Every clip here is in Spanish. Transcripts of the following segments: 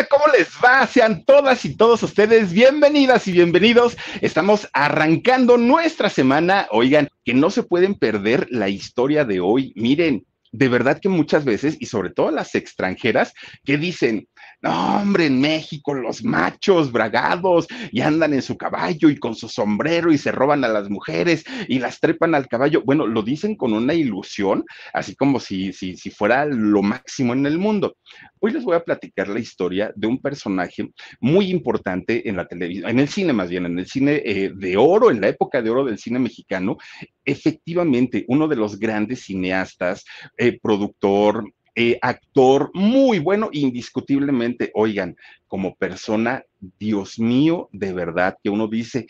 Hola, ¿cómo les va? Sean todas y todos ustedes bienvenidas y bienvenidos. Estamos arrancando nuestra semana. Oigan, que no se pueden perder la historia de hoy. Miren, de verdad que muchas veces, y sobre todo las extranjeras, que dicen, no, hombre, en México los machos bragados y andan en su caballo y con su sombrero y se roban a las mujeres y las trepan al caballo. Bueno, lo dicen con una ilusión, así como si fuera lo máximo en el mundo. Hoy les voy a platicar la historia de un personaje muy importante en la televisión, en el cine más bien, en el cine de oro, en la época de oro del cine mexicano. Efectivamente, uno de los grandes cineastas, productor, actor muy bueno, indiscutiblemente. Oigan, como persona, Dios mío, de verdad, que uno dice,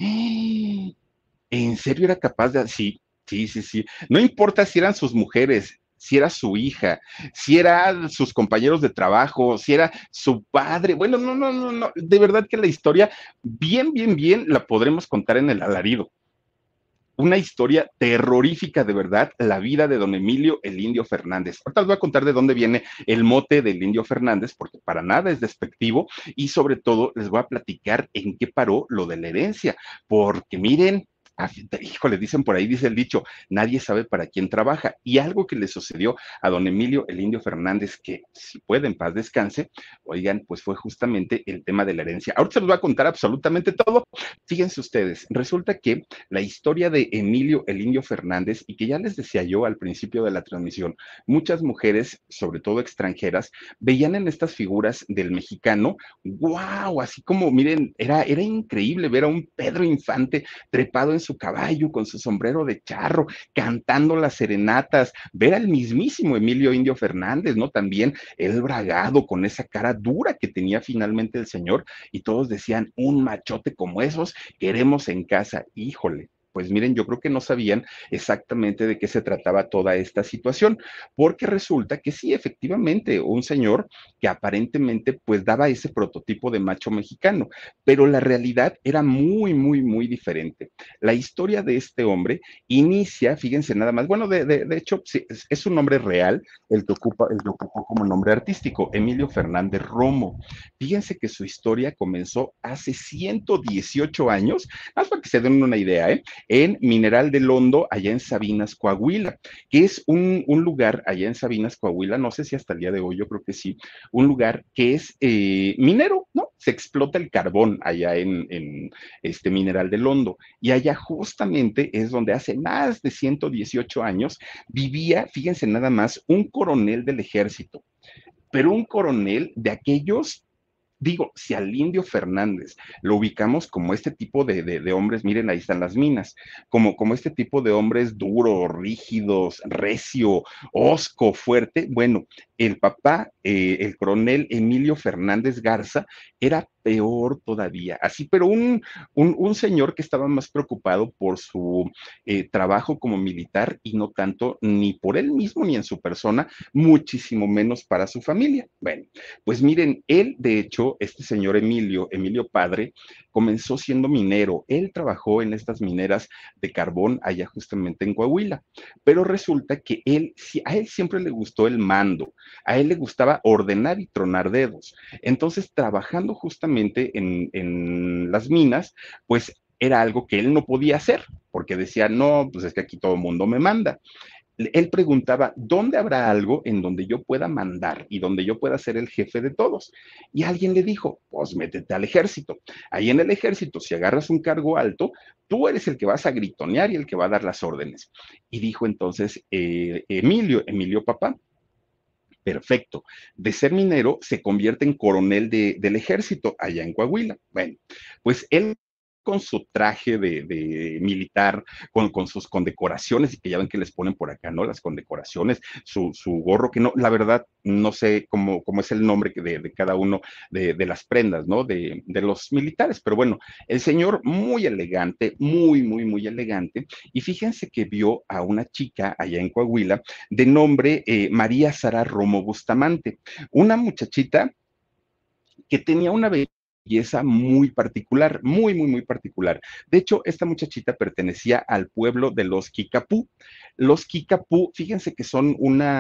¿en serio era capaz de...? Sí, sí, sí, sí. No importa si eran sus mujeres, si era su hija, si eran sus compañeros de trabajo, si era su padre. Bueno, no, no, no, no. De verdad que la historia, bien, bien, bien, la podremos contar en el alarido. Una historia terrorífica de verdad, la vida de don Emilio el Indio Fernández. Ahorita les voy a contar de dónde viene el mote del Indio Fernández, porque para nada es despectivo, y sobre todo les voy a platicar en qué paró lo de la herencia, porque miren, híjole, dicen por ahí, dice el dicho, nadie sabe para quién trabaja, y algo que le sucedió a don Emilio el Indio Fernández, que si puede en paz descanse, oigan, pues fue justamente el tema de la herencia. Ahorita se los voy a contar absolutamente todo. Fíjense ustedes, resulta que la historia de Emilio el Indio Fernández, y que ya les decía yo al principio de la transmisión, muchas mujeres, sobre todo extranjeras, veían en estas figuras del mexicano, wow, así como, miren, era increíble ver a un Pedro Infante trepado en su caballo, con su sombrero de charro, cantando las serenatas, ver al mismísimo Emilio Indio Fernández, ¿no? También el bragado, con esa cara dura que tenía finalmente el señor, y todos decían, un machote como esos queremos en casa. Híjole, pues miren, yo creo que no sabían exactamente de qué se trataba toda esta situación, porque resulta que sí, efectivamente, un señor que aparentemente pues daba ese prototipo de macho mexicano, pero la realidad era muy, muy, muy diferente. La historia de este hombre inicia, fíjense nada más, bueno, de hecho, sí, es un nombre real el que ocupó como nombre artístico, Emilio Fernández Romo. Fíjense que su historia comenzó hace 118 años, más para que se den una idea, en Mineral del Hondo, allá en Sabinas, Coahuila, que es un lugar allá en Sabinas, Coahuila, no sé si hasta el día de hoy, yo creo que sí, un lugar que es minero, ¿no? Se explota el carbón allá en este Mineral del Hondo, y allá justamente es donde hace más de 118 años vivía, fíjense nada más, un coronel del ejército, pero un coronel de aquellos. Digo, si al Indio Fernández lo ubicamos como este tipo de hombres, miren, ahí están las minas, como este tipo de hombres duros, rígidos, recio, hosco, fuerte, bueno, el papá, el coronel Emilio Fernández Garza, era peor todavía, así, pero un señor que estaba más preocupado por su trabajo como militar y no tanto ni por él mismo ni en su persona, muchísimo menos para su familia. Bueno, pues miren, él, de hecho, este señor Emilio, Emilio padre, comenzó siendo minero. Él trabajó en estas mineras de carbón allá justamente en Coahuila. Pero resulta que él, a él siempre le gustó el mando, a él le gustaba ordenar y tronar dedos. Entonces, trabajando justamente en las minas, pues era algo que él no podía hacer, porque decía, no, pues es que aquí todo el mundo me manda. Él preguntaba, ¿dónde habrá algo en donde yo pueda mandar y donde yo pueda ser el jefe de todos? Y alguien le dijo, pues métete al ejército. Ahí en el ejército, si agarras un cargo alto, tú eres el que vas a gritonear y el que va a dar las órdenes. Y dijo entonces Emilio papá, perfecto. De ser minero se convierte en coronel del ejército allá en Coahuila. Bueno, pues él con su traje de militar, con sus condecoraciones, y que ya ven que les ponen por acá, ¿no? Las condecoraciones, su gorro, que no, la verdad, no sé cómo es el nombre de cada uno de las prendas, ¿no? De los militares, pero bueno, el señor muy elegante, muy, muy, muy elegante, y fíjense que vio a una chica allá en Coahuila de nombre María Sara Romo Bustamante, una muchachita que tenía una belleza belleza muy particular, muy, muy, muy particular. De hecho, esta muchachita pertenecía al pueblo de los Kikapú. Los Kikapú, fíjense que son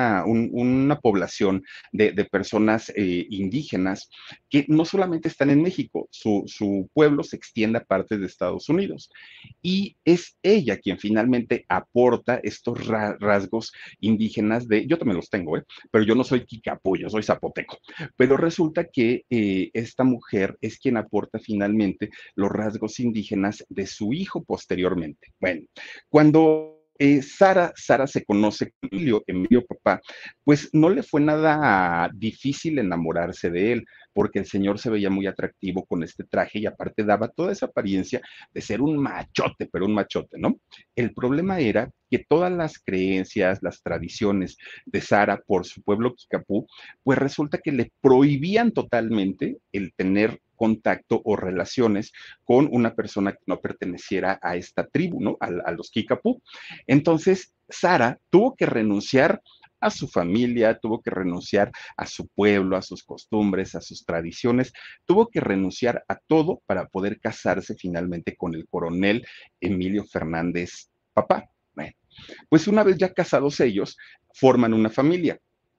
una población de personas indígenas que no solamente están en México, su pueblo se extiende a partes de Estados Unidos. Y es ella quien finalmente aporta estos rasgos indígenas de, yo también los tengo, pero yo no soy Kikapú, yo soy zapoteco. Pero resulta que esta mujer es quien aporta finalmente los rasgos indígenas de su hijo posteriormente. Bueno, cuando Sara se conoce con Emilio papá, pues no le fue nada difícil enamorarse de él, porque el señor se veía muy atractivo con este traje y aparte daba toda esa apariencia de ser un machote, pero un machote, ¿no? El problema era que todas las creencias, las tradiciones de Sara por su pueblo Kikapú, pues resulta que le prohibían totalmente el tener contacto o relaciones con una persona que no perteneciera a esta tribu, ¿no? A los Kikapú. Entonces, Sara tuvo que renunciar a su familia, tuvo que renunciar a su pueblo, a sus costumbres, a sus tradiciones, tuvo que renunciar a todo para poder casarse finalmente con el coronel Emilio Fernández papá. Bueno, pues una vez ya casados ellos, forman una familia.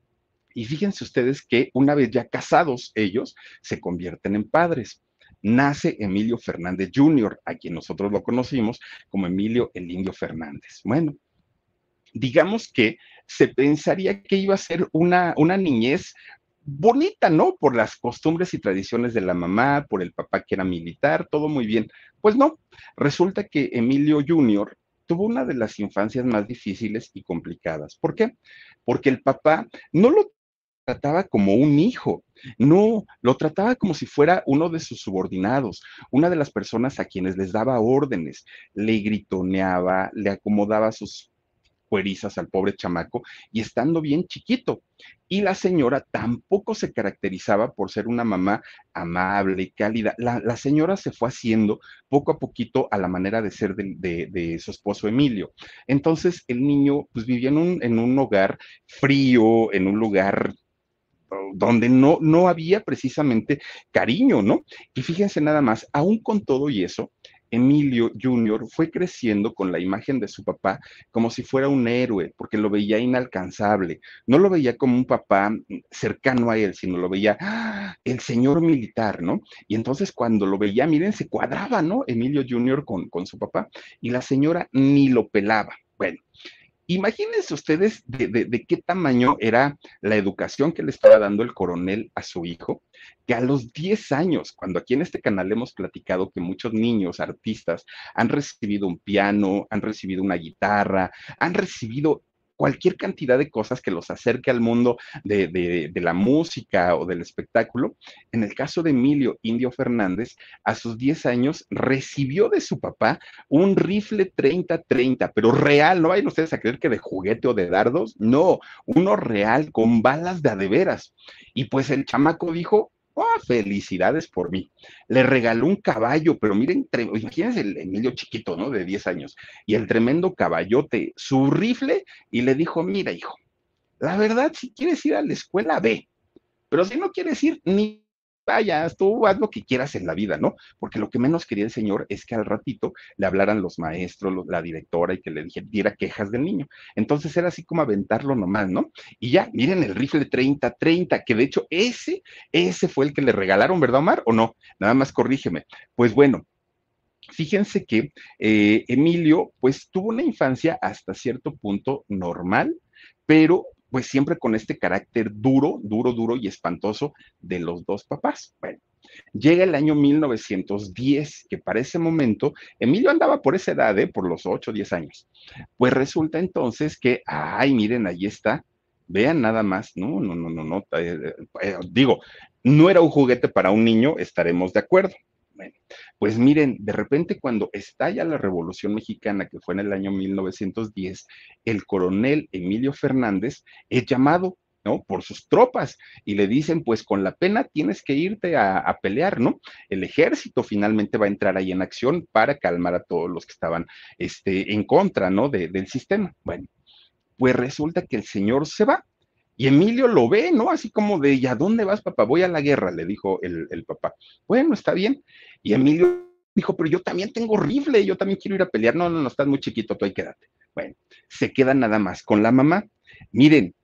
Y fíjense ustedes que una vez ya casados ellos, se convierten en padres. Nace Emilio Fernández Jr., a quien nosotros lo conocimos como Emilio el Indio Fernández. Bueno, digamos que se pensaría que iba a ser una niñez bonita, ¿no? Por las costumbres y tradiciones de la mamá, por el papá que era militar, todo muy bien. Pues no, resulta que Emilio Jr. tuvo una de las infancias más difíciles y complicadas. ¿Por qué? Porque el papá no lo trataba como un hijo, no, lo trataba como si fuera uno de sus subordinados, una de las personas a quienes les daba órdenes, le gritoneaba, le acomodaba sus cuerizas al pobre chamaco y estando bien chiquito. Y la señora tampoco se caracterizaba por ser una mamá amable, cálida. La señora se fue haciendo poco a poquito a la manera de ser de su esposo Emilio. Entonces el niño pues vivía en un hogar frío, en un lugar donde no había precisamente cariño, ¿no? Y fíjense nada más, aún con todo y eso, Emilio Jr. fue creciendo con la imagen de su papá como si fuera un héroe, porque lo veía inalcanzable. No lo veía como un papá cercano a él, sino lo veía el señor militar, ¿no? Y entonces cuando lo veía, miren, se cuadraba, ¿no? Emilio Jr. con su papá, y la señora ni lo pelaba. Bueno, imagínense ustedes de qué tamaño era la educación que le estaba dando el coronel a su hijo, que a los 10 años, cuando aquí en este canal hemos platicado que muchos niños artistas han recibido un piano, han recibido una guitarra, han recibido cualquier cantidad de cosas que los acerque al mundo de la música o del espectáculo. En el caso de Emilio Indio Fernández, a sus 10 años recibió de su papá un rifle 30-30, pero real, no vayan ustedes a creer que de juguete o de dardos, no, uno real con balas de a de veras. Y pues el chamaco dijo, oh, felicidades por mí. Le regaló un caballo, pero miren, imagínense el Emilio chiquito, ¿no? De 10 años, y el tremendo caballote, su rifle, y le dijo, mira, hijo, la verdad, si quieres ir a la escuela, ve, pero si no quieres ir, ni vayas, tú haz lo que quieras en la vida, ¿no? Porque lo que menos quería el señor es que al ratito le hablaran los maestros, la directora y que le diera quejas del niño. Entonces era así como aventarlo nomás, ¿no? Y ya, miren el rifle 30-30, que de hecho ese fue el que le regalaron, ¿verdad, Omar? ¿O no? Nada más corrígeme. Pues bueno, fíjense que Emilio, pues tuvo una infancia hasta cierto punto normal, pero pues siempre con este carácter duro, duro, duro y espantoso de los dos papás. Bueno, llega el año 1910, que para ese momento Emilio andaba por esa edad, por los 8 o 10 años. Pues resulta entonces que, ay, miren, ahí está, vean nada más, no, no, no, no, no, digo, no era un juguete para un niño, estaremos de acuerdo. Bueno, pues miren, de repente cuando estalla la Revolución Mexicana, que fue en el año 1910, el coronel Emilio Fernández es llamado, ¿no? Por sus tropas y le dicen, pues con la pena tienes que irte a pelear, ¿no? El ejército finalmente va a entrar ahí en acción para calmar a todos los que estaban en contra, ¿no? Del sistema. Bueno, pues resulta que el señor se va Y Emilio lo ve, ¿no? Así como de, ¿y a dónde vas, papá? Voy a la guerra, le dijo el papá. Bueno, está bien. Y Emilio dijo, pero yo también tengo rifle, yo también quiero ir a pelear. No, no, no, estás muy chiquito, tú ahí quédate. Bueno, se queda nada más con la mamá. Miren,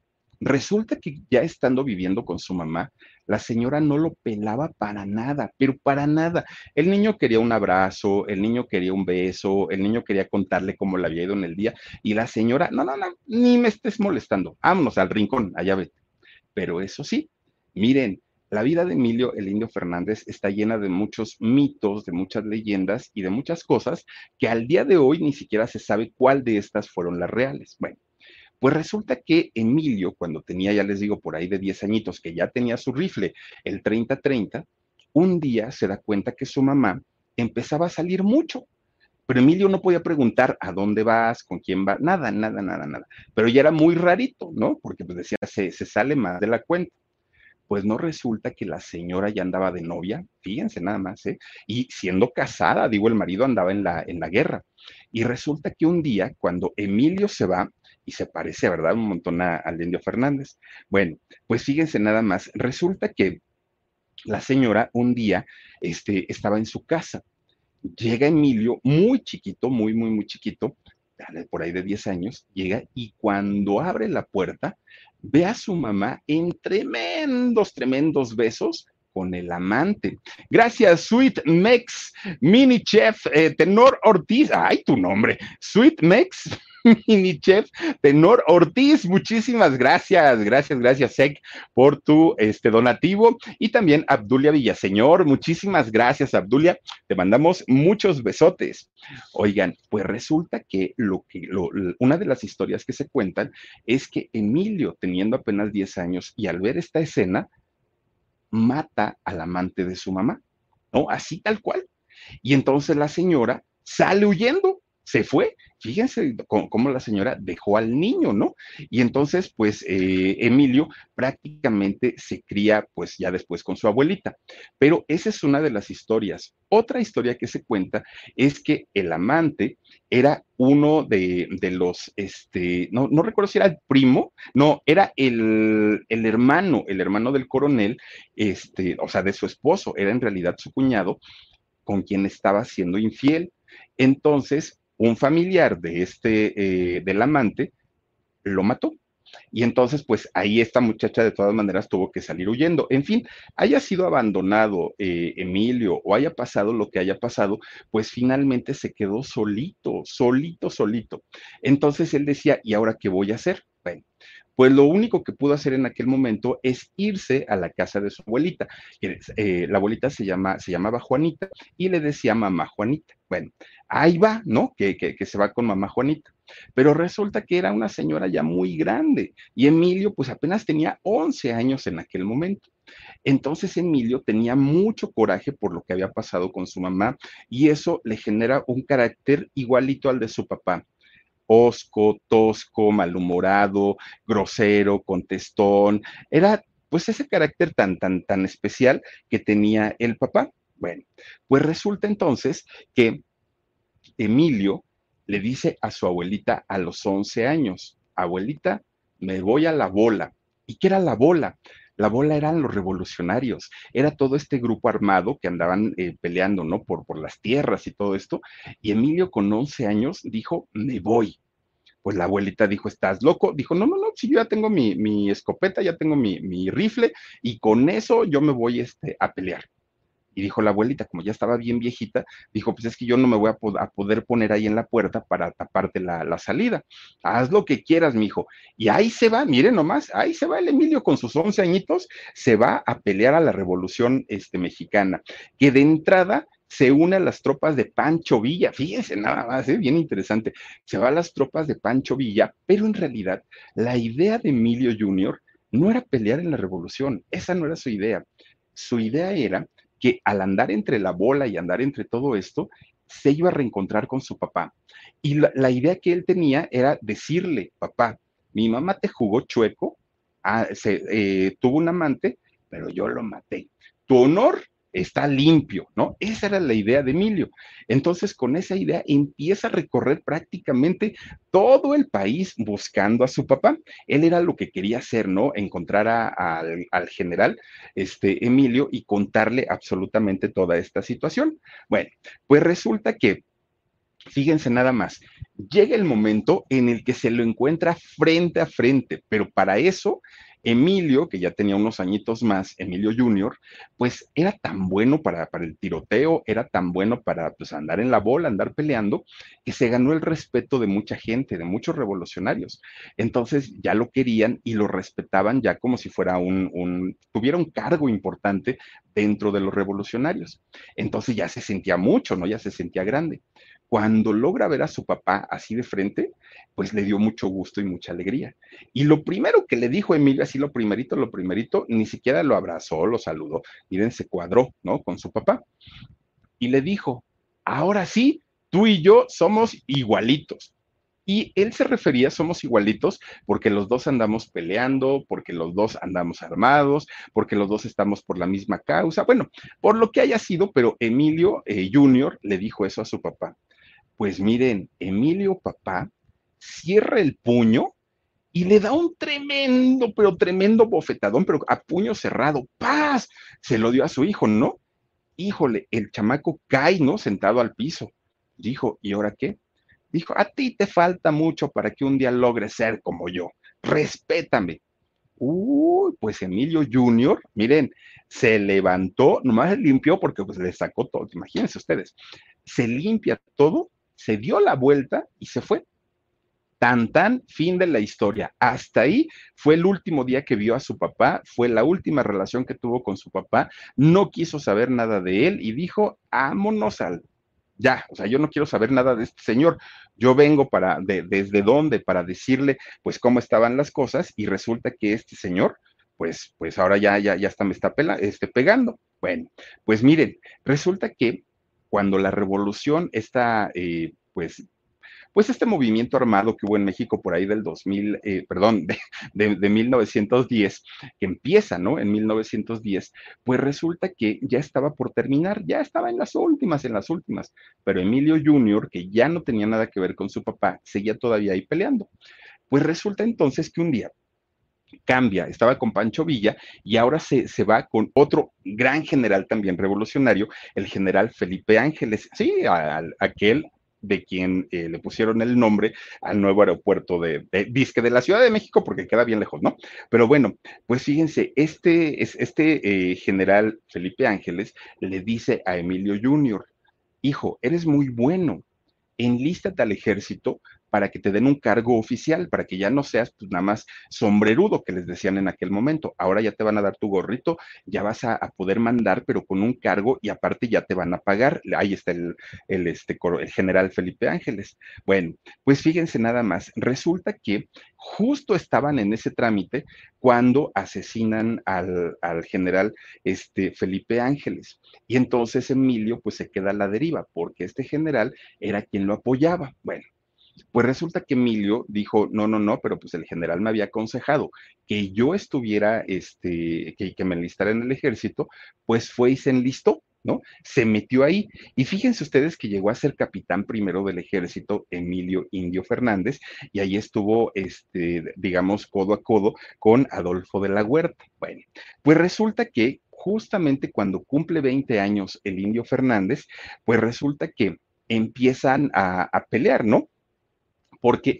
resulta que ya estando viviendo con su mamá, la señora no lo pelaba para nada, pero para nada. El niño quería un abrazo, el niño quería un beso, el niño quería contarle cómo le había ido en el día, y la señora, no, no, no, ni me estés molestando, vámonos al rincón, allá vete. Pero eso sí, miren, la vida de Emilio el Indio Fernández está llena de muchos mitos, de muchas leyendas y de muchas cosas que al día de hoy ni siquiera se sabe cuál de estas fueron las reales. Bueno, pues resulta que Emilio, cuando tenía, ya les digo, por ahí de 10 añitos, que ya tenía su rifle, el 30-30, un día se da cuenta que su mamá empezaba a salir mucho. Pero Emilio no podía preguntar a dónde vas, con quién vas, nada, nada, nada, nada. Pero ya era muy rarito, ¿no? Porque pues decía, se sale más de la cuenta. Pues no resulta que la señora ya andaba de novia, fíjense nada más, ¿eh? Y siendo casada, digo, el marido andaba en la guerra. Y resulta que un día, cuando Emilio se va, y se parece, ¿verdad? Un montón al Indio Fernández. Bueno, pues fíjense nada más, resulta que la señora un día estaba en su casa. Llega Emilio, muy chiquito, muy, muy, muy chiquito, por ahí de 10 años, llega y cuando abre la puerta, ve a su mamá en tremendos, tremendos besos con el amante. Gracias, Sweet Mex, Mini Chef, Tenor Ortiz, ay, tu nombre, Sweet Mex, Mini Chef, Tenor Ortiz, muchísimas gracias, gracias, gracias, Sec, por tu donativo. Y también Abdulia Villaseñor, muchísimas gracias, Abdulia, te mandamos muchos besotes. Oigan, pues resulta que una de las historias que se cuentan es que Emilio, teniendo apenas 10 años y al ver esta escena, mata al amante de su mamá, ¿no? Así tal cual. Y entonces la señora sale huyendo, se fue. Fíjense cómo la señora dejó al niño, ¿no? Y entonces, pues, Emilio prácticamente se cría, pues, ya después con su abuelita. Pero esa es una de las historias. Otra historia que se cuenta es que el amante era uno de los, no, no recuerdo si era el primo, no, era el hermano del coronel, o sea, de su esposo, era en realidad su cuñado, con quien estaba siendo infiel. Entonces, un familiar del amante, lo mató. Y entonces, pues ahí esta muchacha de todas maneras tuvo que salir huyendo. En fin, haya sido abandonado Emilio o haya pasado lo que haya pasado, pues finalmente se quedó solito, solito, solito. Entonces él decía, ¿y ahora qué voy a hacer? Bueno, pues lo único que pudo hacer en aquel momento es irse a la casa de su abuelita. La abuelita se llamaba Juanita y le decía mamá Juanita. Bueno, ahí va, ¿no? Que se va con mamá Juanita. Pero resulta que era una señora ya muy grande y Emilio pues apenas tenía 11 años en aquel momento. Entonces Emilio tenía mucho coraje por lo que había pasado con su mamá y eso le genera un carácter igualito al de su papá, hosco, tosco, malhumorado, grosero, contestón. Era pues ese carácter tan, tan, tan especial que tenía el papá. Bueno, pues resulta entonces que Emilio le dice a su abuelita a los 11 años, abuelita, me voy a la bola. ¿Y qué era la bola? La bola eran los revolucionarios, era todo este grupo armado que andaban peleando, ¿no? Por las tierras y todo esto. Y Emilio con 11 años dijo, me voy. Pues la abuelita dijo, ¿estás loco? Dijo, no, no, no, si yo ya tengo mi escopeta, ya tengo mi rifle y con eso yo me voy a pelear. Y dijo la abuelita, como ya estaba bien viejita, dijo, pues es que yo no me voy a poder poner ahí en la puerta para taparte la salida. Haz lo que quieras, mijo. Y ahí se va, miren nomás, ahí se va el Emilio con sus 11 añitos, se va a pelear a la revolución mexicana, que de entrada se une a las tropas de Pancho Villa, fíjense nada más, bien interesante, se va a las tropas de Pancho Villa, pero en realidad la idea de Emilio Jr. no era pelear en la revolución, esa no era su idea. Su idea era que al andar entre la bola y andar entre todo esto, se iba a reencontrar con su papá. Y la idea que él tenía era decirle, papá, mi mamá te jugó chueco, tuvo un amante, pero yo lo maté. Tu honor está limpio, ¿no? Esa era la idea de Emilio. Entonces, con esa idea empieza a recorrer prácticamente todo el país buscando a su papá. Él era lo que quería hacer, ¿no? Encontrar al general Emilio y contarle absolutamente toda esta situación. Bueno, pues resulta que fíjense nada más, llega el momento en el que se lo encuentra frente a frente, pero para eso, Emilio, que ya tenía unos añitos más, Emilio Junior, pues era tan bueno para el tiroteo, era tan bueno para pues, andar en la bola, andar peleando, que se ganó el respeto de mucha gente, de muchos revolucionarios. Entonces ya lo querían y lo respetaban ya como si fuera tuviera un cargo importante dentro de los revolucionarios. Entonces ya se sentía mucho, ¿no? Ya se sentía grande. Cuando logra ver a su papá así de frente, pues le dio mucho gusto y mucha alegría. Y lo primero que le dijo Emilio, así lo primerito, ni siquiera lo abrazó, lo saludó, miren, se cuadró, ¿no? Con su papá. Y le dijo, ahora sí, tú y yo somos igualitos. Y él se refería, somos igualitos, porque los dos andamos peleando, porque los dos andamos armados, porque los dos estamos por la misma causa, bueno, por lo que haya sido, pero Emilio Junior le dijo eso a su papá. Pues miren, Emilio papá cierra el puño y le da un tremendo, pero tremendo bofetadón, pero a puño cerrado. ¡Paz! Se lo dio a su hijo, ¿no? Híjole, el chamaco cae, ¿no? Sentado al piso. Dijo, ¿y ahora qué? Dijo, a ti te falta mucho para que un día logres ser como yo. Respétame. Uy, pues Emilio Junior, miren, se levantó, nomás limpió porque pues le sacó todo, imagínense ustedes, se limpia todo, se dio la vuelta y se fue. Tan, fin de la historia. Hasta ahí fue el último día que vio a su papá, fue la última relación que tuvo con su papá, no quiso saber nada de él y dijo, vámonos al, ya, o sea, yo no quiero saber nada de este señor. Yo vengo desde dónde, para decirle, pues, cómo estaban las cosas, y resulta que este señor, pues ahora ya está, me está pegando. Bueno, pues miren, resulta que cuando la revolución está, pues este movimiento armado que hubo en México por ahí del 2000, perdón, de 1910, que empieza, ¿no? En 1910, pues resulta que ya estaba por terminar, ya estaba en las últimas, pero Emilio Junior, que ya no tenía nada que ver con su papá, seguía todavía ahí peleando. Pues resulta entonces que un día cambia, estaba con Pancho Villa y ahora se va con otro gran general también revolucionario, el general Felipe Ángeles, sí, aquel de quien le pusieron el nombre al nuevo aeropuerto disque de la Ciudad de México, porque queda bien lejos, ¿no? Pero bueno, pues fíjense, general Felipe Ángeles le dice a Emilio Junior, hijo, eres muy bueno, enlístate al ejército para que te den un cargo oficial, para que ya no seas pues, nada más sombrerudo que les decían en aquel momento. Ahora ya te van a dar tu gorrito, ya vas a poder mandar, pero con un cargo y aparte ya te van a pagar. Ahí está el general Felipe Ángeles. Bueno, pues fíjense nada más. Resulta que justo estaban en ese trámite cuando asesinan al general Felipe Ángeles. Y entonces Emilio pues se queda a la deriva, porque este general era quien lo apoyaba. Bueno, pues resulta que Emilio dijo, no, no, no, pero pues el general me había aconsejado que yo estuviera, que me enlistara en el ejército, pues fue y se enlistó, ¿no? Se metió ahí. Y fíjense ustedes que llegó a ser capitán primero del ejército, Emilio Indio Fernández, y ahí estuvo, digamos, codo a codo con Adolfo de la Huerta. Bueno, pues resulta que justamente cuando cumple 20 años el Indio Fernández, pues resulta que empiezan a pelear, ¿no? Porque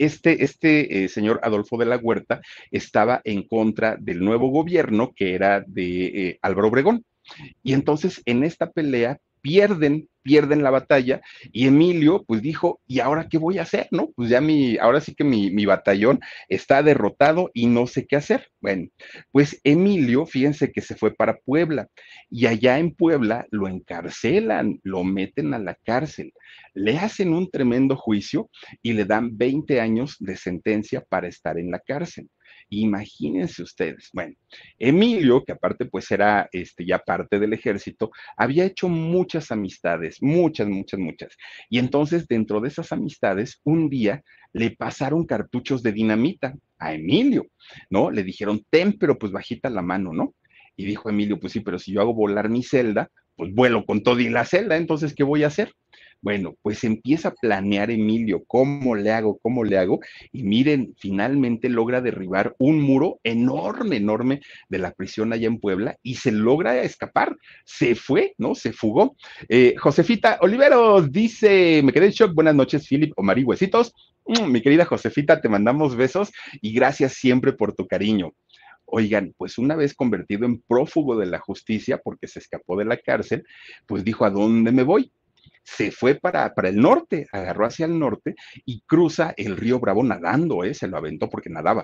señor Adolfo de la Huerta estaba en contra del nuevo gobierno que era de Álvaro Obregón. Y entonces en esta pelea pierden la batalla y Emilio pues dijo, ¿y ahora qué voy a hacer? ¿No? Pues ya ahora sí que mi batallón está derrotado y no sé qué hacer. Bueno, pues Emilio, fíjense que se fue para Puebla y allá en Puebla lo encarcelan, lo meten a la cárcel, le hacen un tremendo juicio y le dan 20 años de sentencia para estar en la cárcel. Imagínense ustedes. Bueno, Emilio, que aparte pues era ya parte del ejército, había hecho muchas amistades, muchas, muchas, muchas. Y entonces dentro de esas amistades, un día le pasaron cartuchos de dinamita a Emilio, ¿no? Le dijeron, ten, pero pues bajita la mano, ¿no? Y dijo Emilio, pues sí, pero si yo hago volar mi celda, pues vuelo con todo y la celda, entonces, ¿qué voy a hacer? Bueno, pues empieza a planear Emilio, ¿cómo le hago? ¿Cómo le hago? Y miren, finalmente logra derribar un muro enorme, enorme de la prisión allá en Puebla y se logra escapar. Se fue, ¿no? Se fugó. Josefita Oliveros dice, me quedé en shock, buenas noches, Philip Omar y Huesitos. Mi querida Josefita, te mandamos besos y gracias siempre por tu cariño. Oigan, pues una vez convertido en prófugo de la justicia porque se escapó de la cárcel, pues dijo, ¿a dónde me voy? Se fue para el norte, agarró hacia el norte y cruza el río Bravo nadando, se lo aventó porque nadaba.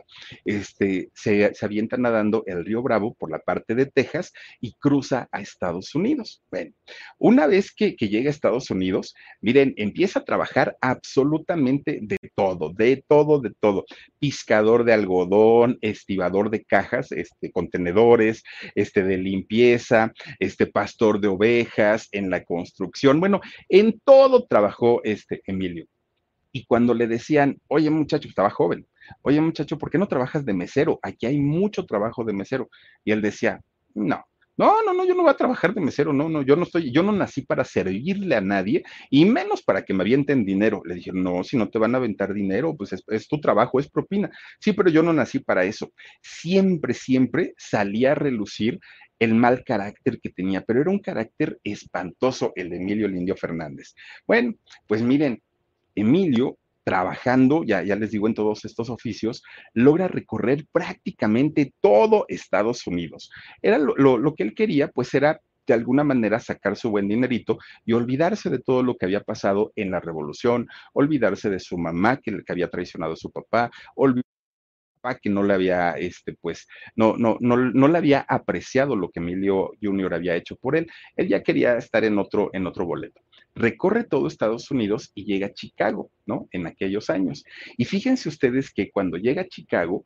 Se avienta nadando el río Bravo por la parte de Texas y cruza a Estados Unidos. Bueno, una vez que llega a Estados Unidos, miren, empieza a trabajar absolutamente de todo, de todo, de todo. Piscador de algodón, estibador de cajas, contenedores, de limpieza, pastor de ovejas, en la construcción. Bueno, en todo trabajó Emilio. Y cuando le decían, oye muchacho, estaba joven, oye muchacho, ¿por qué no trabajas de mesero? Aquí hay mucho trabajo de mesero. Y él decía, no, no, yo no voy a trabajar de mesero, no, yo no nací para servirle a nadie y menos para que me avienten dinero. Le dije, no, si no te van a aventar dinero, pues es tu trabajo, es propina. Sí, pero yo no nací para eso. Siempre, siempre salía a relucir el mal carácter que tenía, pero era un carácter espantoso el de Emilio Lindio Fernández. Bueno, pues miren, Emilio, trabajando, ya les digo, en todos estos oficios, logra recorrer prácticamente todo Estados Unidos. Era lo que él quería, pues era de alguna manera sacar su buen dinerito y olvidarse de todo lo que había pasado en la revolución, olvidarse de su mamá que había traicionado a su papá, olvidarse que no le había, pues, no le había apreciado lo que Emilio Junior había hecho por él. Él ya quería estar en otro boleto. Recorre todo Estados Unidos y llega a Chicago, ¿no? En aquellos años. Y fíjense ustedes que cuando llega a Chicago,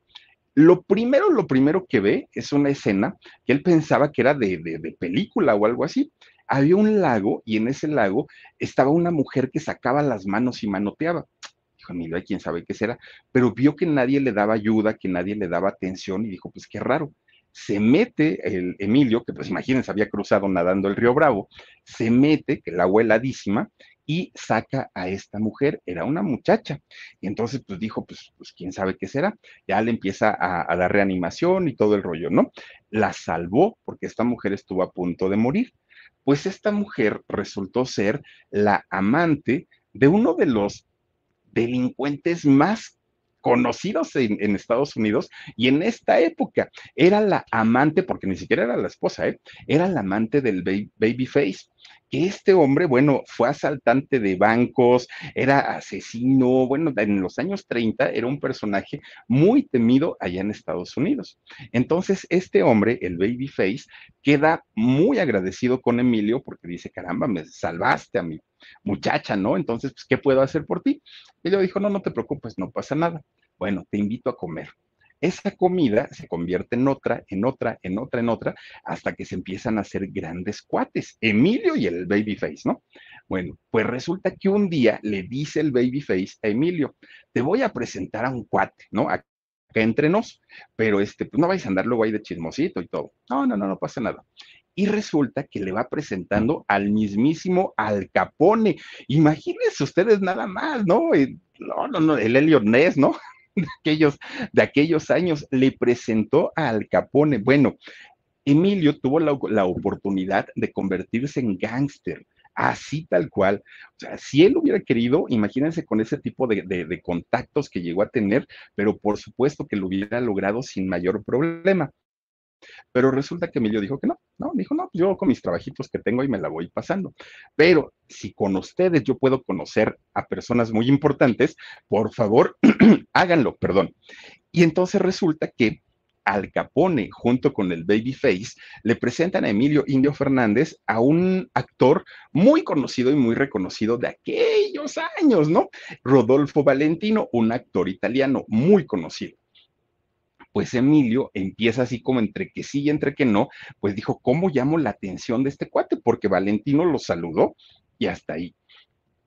lo primero que ve es una escena que él pensaba que era de película o algo así. Había un lago y en ese lago estaba una mujer que sacaba las manos y manoteaba. Dijo, ni idea, quién sabe qué será, pero vio que nadie le daba ayuda, que nadie le daba atención y dijo, pues qué raro. Se mete el Emilio, que pues imagínense, había cruzado nadando el río Bravo, se mete, que el agua heladísima, y saca a esta mujer, era una muchacha. Y entonces pues dijo, pues quién sabe qué será. Ya le empieza a dar reanimación y todo el rollo, ¿no? La salvó porque esta mujer estuvo a punto de morir. Pues esta mujer resultó ser la amante de uno de los delincuentes más conocidos en Estados Unidos y en esta época era la amante, porque ni siquiera era la esposa, era la amante del Babyface, que este hombre, bueno, fue asaltante de bancos, era asesino, bueno, en los años 30 era un personaje muy temido allá en Estados Unidos. Entonces, este hombre, el Babyface, queda muy agradecido con Emilio porque dice, caramba, me salvaste a mi muchacha, ¿no? Entonces, pues, ¿qué puedo hacer por ti? Y yo dijo, no, no te preocupes, no pasa nada. Bueno, te invito a comer. Esa comida se convierte en otra, en otra, en otra, en otra, hasta que se empiezan a hacer grandes cuates, Emilio y el Babyface, ¿no? Bueno, pues resulta que un día le dice el Babyface a Emilio, te voy a presentar a un cuate, ¿no? Acá entre nos, pero pues no vais a andar luego ahí de chismosito y todo. No pasa nada. Y resulta que le va presentando al mismísimo Al Capone. Imagínense ustedes nada más, ¿no? No, el Elliot Ness, ¿no? Aquellos, de aquellos años, le presentó a Al Capone. Bueno, Emilio tuvo la oportunidad de convertirse en gángster, así tal cual. O sea, si él hubiera querido, imagínense con ese tipo de contactos que llegó a tener, pero por supuesto que lo hubiera logrado sin mayor problema. Pero resulta que Emilio dijo que no, dijo, no, yo con mis trabajitos que tengo y me la voy pasando. Pero si con ustedes yo puedo conocer a personas muy importantes, por favor, háganlo, perdón. Y entonces resulta que Al Capone, junto con el Babyface, le presentan a Emilio Indio Fernández a un actor muy conocido y muy reconocido de aquellos años, ¿no? Rodolfo Valentino, un actor italiano muy conocido. Pues Emilio empieza así como entre que sí y entre que no, pues dijo, ¿cómo llamo la atención de este cuate? Porque Valentino lo saludó y hasta ahí.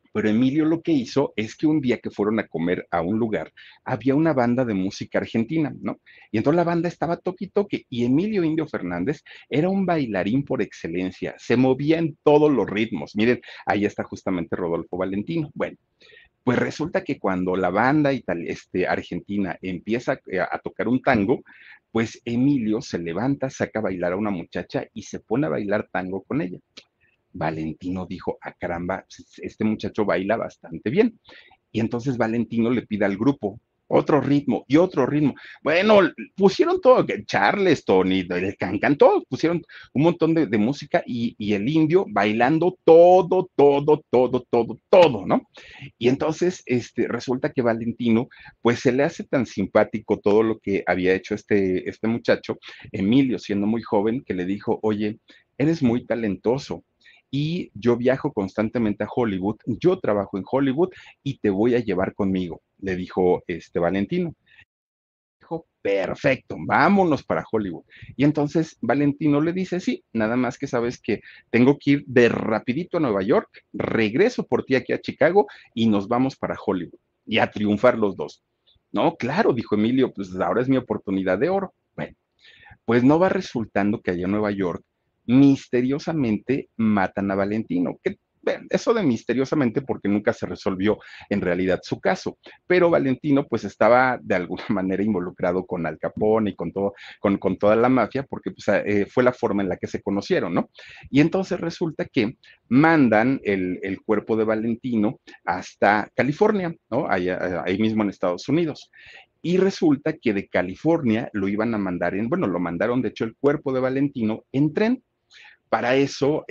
Pero Emilio lo que hizo es que un día que fueron a comer a un lugar, había una banda de música argentina, ¿no? Y entonces la banda estaba toque y toque, y Emilio Indio Fernández era un bailarín por excelencia, se movía en todos los ritmos. Miren, ahí está justamente Rodolfo Valentino. Bueno, pues resulta que cuando la banda argentina empieza a tocar un tango, pues Emilio se levanta, saca a bailar a una muchacha y se pone a bailar tango con ella. Valentino dijo, ah, caramba, este muchacho baila bastante bien. Y entonces Valentino le pide al grupo otro ritmo y otro ritmo. Bueno, pusieron todo, Charleston y el Cancan, todos pusieron un montón de música y el indio bailando todo, todo, todo, todo, todo, ¿no? Y entonces resulta que Valentino, pues se le hace tan simpático todo lo que había hecho este muchacho, Emilio, siendo muy joven, que le dijo, oye, eres muy talentoso y yo viajo constantemente a Hollywood, yo trabajo en Hollywood y te voy a llevar conmigo, le dijo Valentino. Dijo, perfecto, vámonos para Hollywood. Y entonces Valentino le dice, sí, nada más que sabes que tengo que ir de rapidito a Nueva York, regreso por ti aquí a Chicago y nos vamos para Hollywood y a triunfar los dos. No, claro, dijo Emilio, pues ahora es mi oportunidad de oro. Bueno, pues no va resultando que allá en Nueva York misteriosamente matan a Valentino, que bueno, eso de misteriosamente porque nunca se resolvió en realidad su caso, pero Valentino pues estaba de alguna manera involucrado con Al Capone y con todo, con toda la mafia, porque pues, fue la forma en la que se conocieron, ¿no? Y entonces resulta que mandan el cuerpo de Valentino hasta California, ¿no? Ahí mismo en Estados Unidos. Y resulta que de California lo iban a mandar bueno, lo mandaron de hecho el cuerpo de Valentino en tren. Para eso,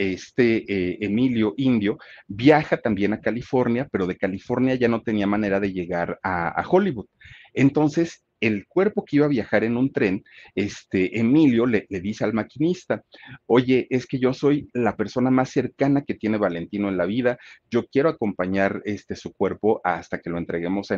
Emilio Indio viaja también a California, pero de California ya no tenía manera de llegar a Hollywood. Entonces, el cuerpo que iba a viajar en un tren, Emilio le dice al maquinista, oye, es que yo soy la persona más cercana que tiene Valentino en la vida, yo quiero acompañar su cuerpo hasta que lo entreguemos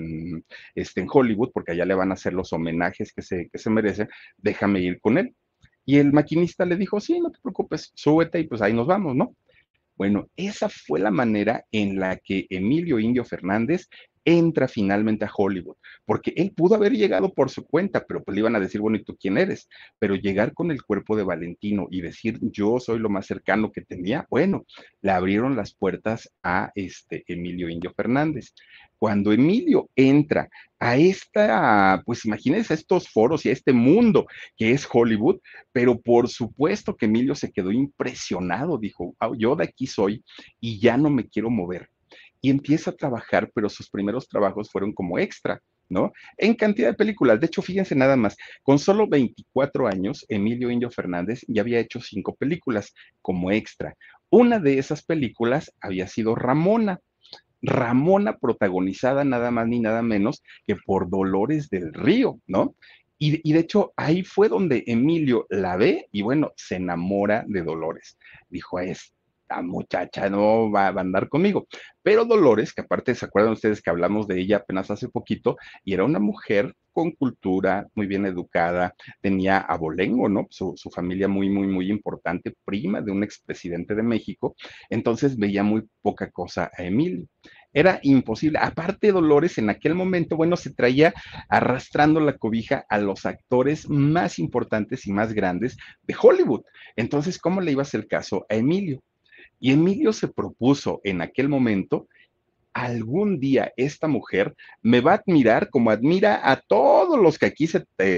en Hollywood, porque allá le van a hacer los homenajes que se merecen, déjame ir con él. Y el maquinista le dijo, sí, no te preocupes, súbete y pues ahí nos vamos, ¿no? Bueno, esa fue la manera en la que Emilio Indio Fernández entra finalmente a Hollywood, porque él pudo haber llegado por su cuenta, pero pues le iban a decir, bueno, ¿y tú quién eres? Pero llegar con el cuerpo de Valentino y decir, yo soy lo más cercano que tenía, bueno, le abrieron las puertas a Emilio Indio Fernández. Cuando Emilio entra a pues imagínense estos foros y a este mundo que es Hollywood, pero por supuesto que Emilio se quedó impresionado, dijo, "Ah, yo de aquí soy y ya no me quiero mover". Y empieza a trabajar, pero sus primeros trabajos fueron como extra, ¿no? En cantidad de películas. De hecho, fíjense nada más, con solo 24 años, Emilio Indio Fernández ya había hecho 5 películas como extra. Una de esas películas había sido Ramona. Ramona protagonizada nada más ni nada menos que por Dolores del Río, ¿no? Y de hecho ahí fue donde Emilio la ve y bueno, se enamora de Dolores. Dijo, esta muchacha no va a andar conmigo. Pero Dolores, que aparte se acuerdan ustedes que hablamos de ella apenas hace poquito, y era una mujer con cultura, muy bien educada, tenía abolengo, ¿no? Su familia muy, muy, muy importante, prima de un expresidente de México, entonces veía muy poca cosa a Emilio. Era imposible. Aparte, Dolores en aquel momento, bueno, se traía arrastrando la cobija a los actores más importantes y más grandes de Hollywood. Entonces, ¿cómo le iba a hacer caso a Emilio? Y Emilio se propuso en aquel momento, algún día esta mujer me va a admirar como admira a todos los que aquí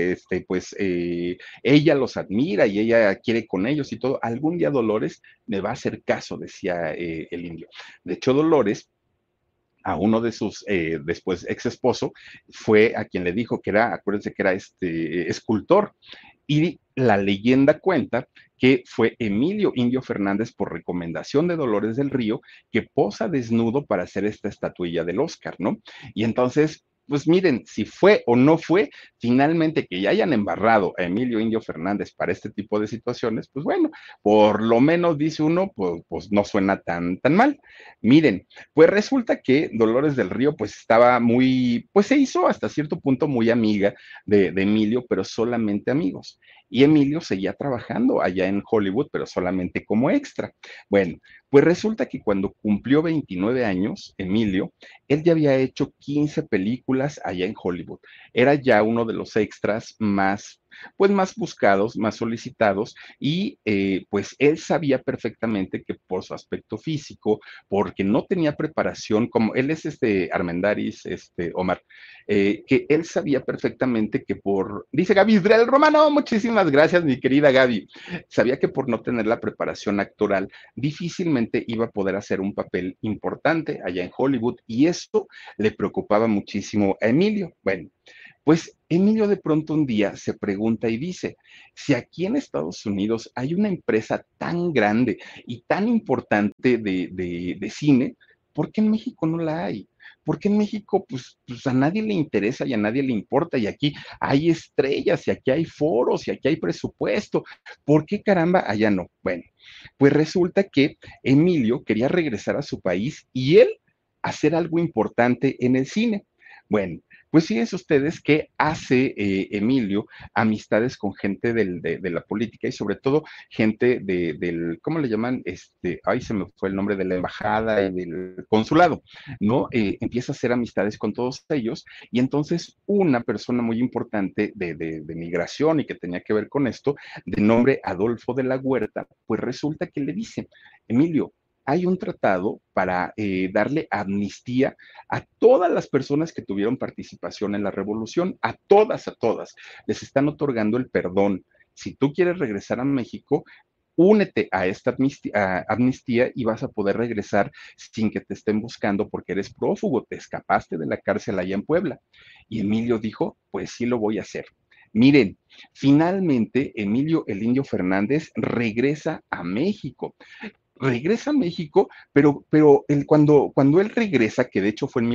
ella los admira y ella quiere con ellos y todo. Algún día Dolores me va a hacer caso, decía el indio. De hecho, Dolores a uno de sus después ex esposo, fue a quien le dijo que era, acuérdense que era escultor. Y la leyenda cuenta que fue Emilio Indio Fernández, por recomendación de Dolores del Río, que posa desnudo para hacer esta estatuilla del Oscar, ¿no? Y entonces, pues miren, si fue o no fue, finalmente que ya hayan embarrado a Emilio Indio Fernández para este tipo de situaciones, pues bueno, por lo menos dice uno, pues no suena tan mal. Miren, pues resulta que Dolores del Río pues estaba muy, pues se hizo hasta cierto punto muy amiga de Emilio, pero solamente amigos. y Emilio seguía trabajando allá en Hollywood, pero solamente como extra. Bueno, pues resulta que cuando cumplió 29 años, Emilio, él ya había hecho 15 películas allá en Hollywood. Era ya uno de los extras más, pues más buscados, más solicitados, y pues él sabía perfectamente que por su aspecto físico, porque no tenía preparación, como él es Armendáriz, Omar, que él sabía perfectamente que dice Gaby Israel Romano, muchísimas gracias, mi querida Gaby, sabía que por no tener la preparación actoral, difícilmente iba a poder hacer un papel importante allá en Hollywood, y eso le preocupaba muchísimo a Emilio. Bueno, pues Emilio de pronto un día se pregunta y dice, si aquí en Estados Unidos hay una empresa tan grande y tan importante de cine, ¿por qué en México no la hay? Porque en México, pues a nadie le interesa y a nadie le importa, y aquí hay estrellas, y aquí hay foros, y aquí hay presupuesto. ¿Por qué caramba allá no? Bueno, pues resulta que Emilio quería regresar a su país y él hacer algo importante en el cine. Bueno, pues fíjense ustedes que hace Emilio amistades con gente de la política y sobre todo gente del, ¿cómo le llaman? Ay, se me fue el nombre de la embajada y del consulado, ¿no? Empieza a hacer amistades con todos ellos y entonces una persona muy importante de migración y que tenía que ver con esto, de nombre Adolfo de la Huerta, pues resulta que le dice, Emilio, hay un tratado para darle amnistía a todas las personas que tuvieron participación en la revolución, a todas, les están otorgando el perdón. Si tú quieres regresar a México, únete a esta amnistía y vas a poder regresar sin que te estén buscando porque eres prófugo, te escapaste de la cárcel allá en Puebla. Y Emilio dijo, pues sí lo voy a hacer. Miren, finalmente Emilio el Indio Fernández regresa a México, pero cuando él regresa, que de hecho fue en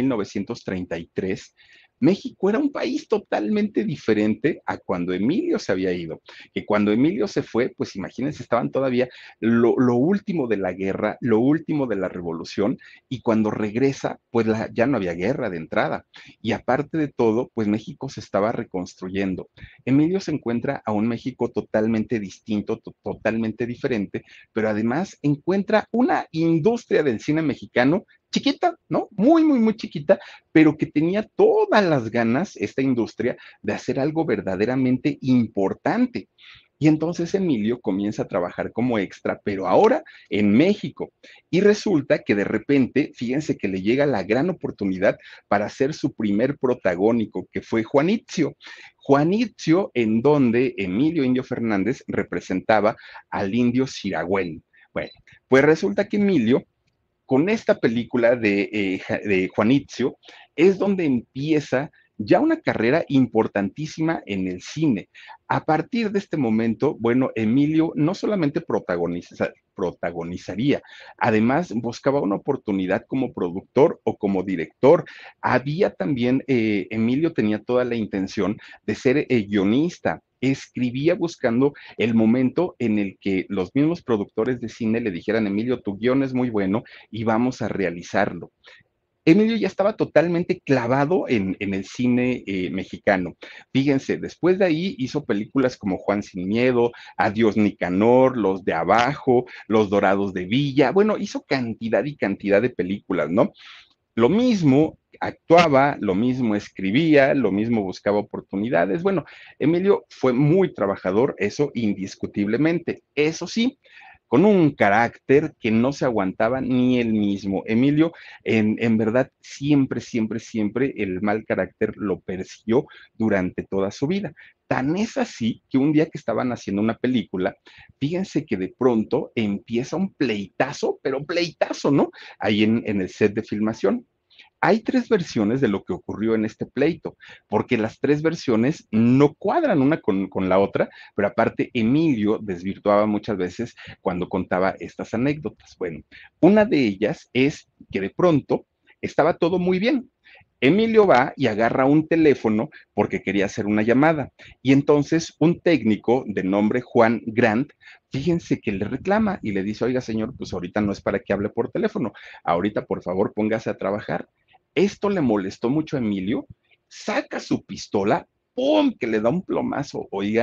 1933, México era un país totalmente diferente a cuando Emilio se había ido. Que cuando Emilio se fue, pues imagínense, estaban todavía lo último de la guerra, lo último de la revolución, y cuando regresa, pues ya no había guerra de entrada. Y aparte de todo, pues México se estaba reconstruyendo. Emilio se encuentra a un México totalmente distinto, totalmente diferente, pero además encuentra una industria del cine mexicano chiquita, ¿no? Muy, muy, muy chiquita, pero que tenía todas las ganas, esta industria, de hacer algo verdaderamente importante. Y entonces Emilio comienza a trabajar como extra, pero ahora en México. Y resulta que de repente, fíjense que le llega la gran oportunidad para hacer su primer protagónico, que fue Juanitzio. Juanitzio, en donde Emilio Indio Fernández representaba al indio Siragüen. Bueno, pues resulta que Emilio con esta película de Juanitzio es donde empieza ya una carrera importantísima en el cine. A partir de este momento, bueno, Emilio no solamente protagonizaría, además buscaba una oportunidad como productor o como director. Había también, Emilio tenía toda la intención de ser guionista, escribía buscando el momento en el que los mismos productores de cine le dijeran, Emilio, tu guión es muy bueno y vamos a realizarlo. Emilio ya estaba totalmente clavado en el cine mexicano. Fíjense, después de ahí hizo películas como Juan sin Miedo, Adiós Nicanor, Los de Abajo, Los Dorados de Villa. Bueno, hizo cantidad y cantidad de películas, ¿no? Lo mismo actuaba, lo mismo escribía, lo mismo buscaba oportunidades. Bueno, Emilio fue muy trabajador, eso indiscutiblemente. Eso sí, con un carácter que no se aguantaba ni él mismo. Emilio, en verdad, siempre, siempre, siempre el mal carácter lo persiguió durante toda su vida. Tan es así que un día que estaban haciendo una película, fíjense que de pronto empieza un pleitazo, pero pleitazo, ¿no? Ahí en el set de filmación. Hay tres versiones de lo que ocurrió en este pleito, porque las tres versiones no cuadran una con la otra, pero aparte Emilio desvirtuaba muchas veces cuando contaba estas anécdotas. Bueno, una de ellas es que de pronto estaba todo muy bien. Emilio va y agarra un teléfono porque quería hacer una llamada. Y entonces un técnico de nombre Juan Grant, fíjense que le reclama y le dice, oiga señor, pues ahorita no es para que hable por teléfono, ahorita por favor póngase a trabajar. Esto le molestó mucho a Emilio, saca su pistola, ¡pum!, que le da un plomazo, oigan,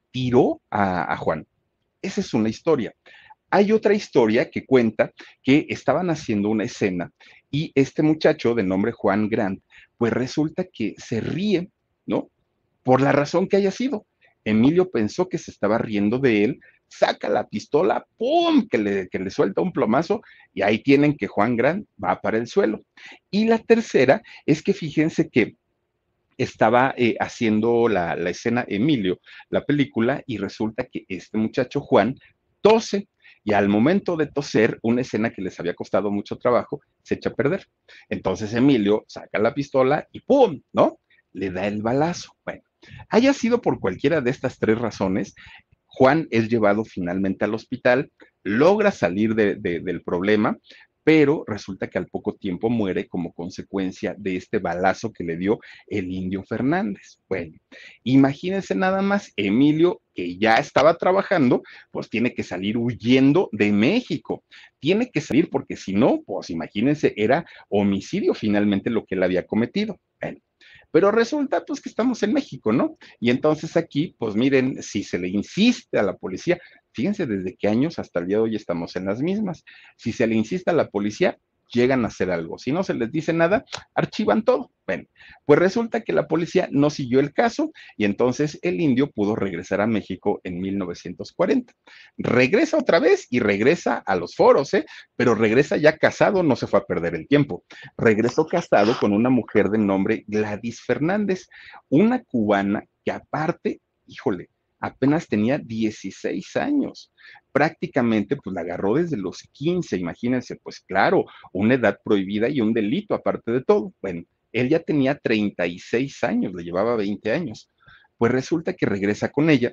tiró a Juan. Esa es una historia. Hay otra historia que cuenta que estaban haciendo una escena y este muchacho de nombre Juan Grant, pues resulta que se ríe, ¿no? Por la razón que haya sido. Emilio pensó que se estaba riendo de él, saca la pistola, ¡pum!, que le suelta un plomazo y ahí tienen que Juan Grant va para el suelo. Y la tercera es que fíjense que estaba haciendo la escena Emilio, la película, y resulta que este muchacho Juan tose y al momento de toser, una escena que les había costado mucho trabajo, se echa a perder. Entonces Emilio saca la pistola y ¡pum!, ¿no? Le da el balazo. Bueno, haya sido por cualquiera de estas tres razones, Juan es llevado finalmente al hospital, logra salir del problema, pero resulta que al poco tiempo muere como consecuencia de este balazo que le dio el Indio Fernández. Bueno, imagínense nada más, Emilio, que ya estaba trabajando, pues tiene que salir huyendo de México. Tiene que salir porque si no, pues imagínense, era homicidio finalmente lo que él había cometido. Bueno, pero resulta pues que estamos en México, ¿no? Y entonces aquí, pues miren, si se le insiste a la policía, fíjense desde qué años hasta el día de hoy estamos en las mismas. Si se le insiste a la policía, llegan a hacer algo. Si no se les dice nada, archivan todo. Bueno, pues resulta que la policía no siguió el caso y entonces el indio pudo regresar a México en 1940. Regresa otra vez y regresa a los foros, ¿eh? Pero regresa ya casado, no se fue a perder el tiempo. Regresó casado con una mujer de nombre Gladys Fernández, una cubana que aparte, híjole, apenas tenía 16 años. Prácticamente, pues la agarró desde los 15, imagínense, pues claro, una edad prohibida y un delito aparte de todo. Bueno, él ya tenía 36 años, le llevaba 20 años. Pues resulta que regresa con ella,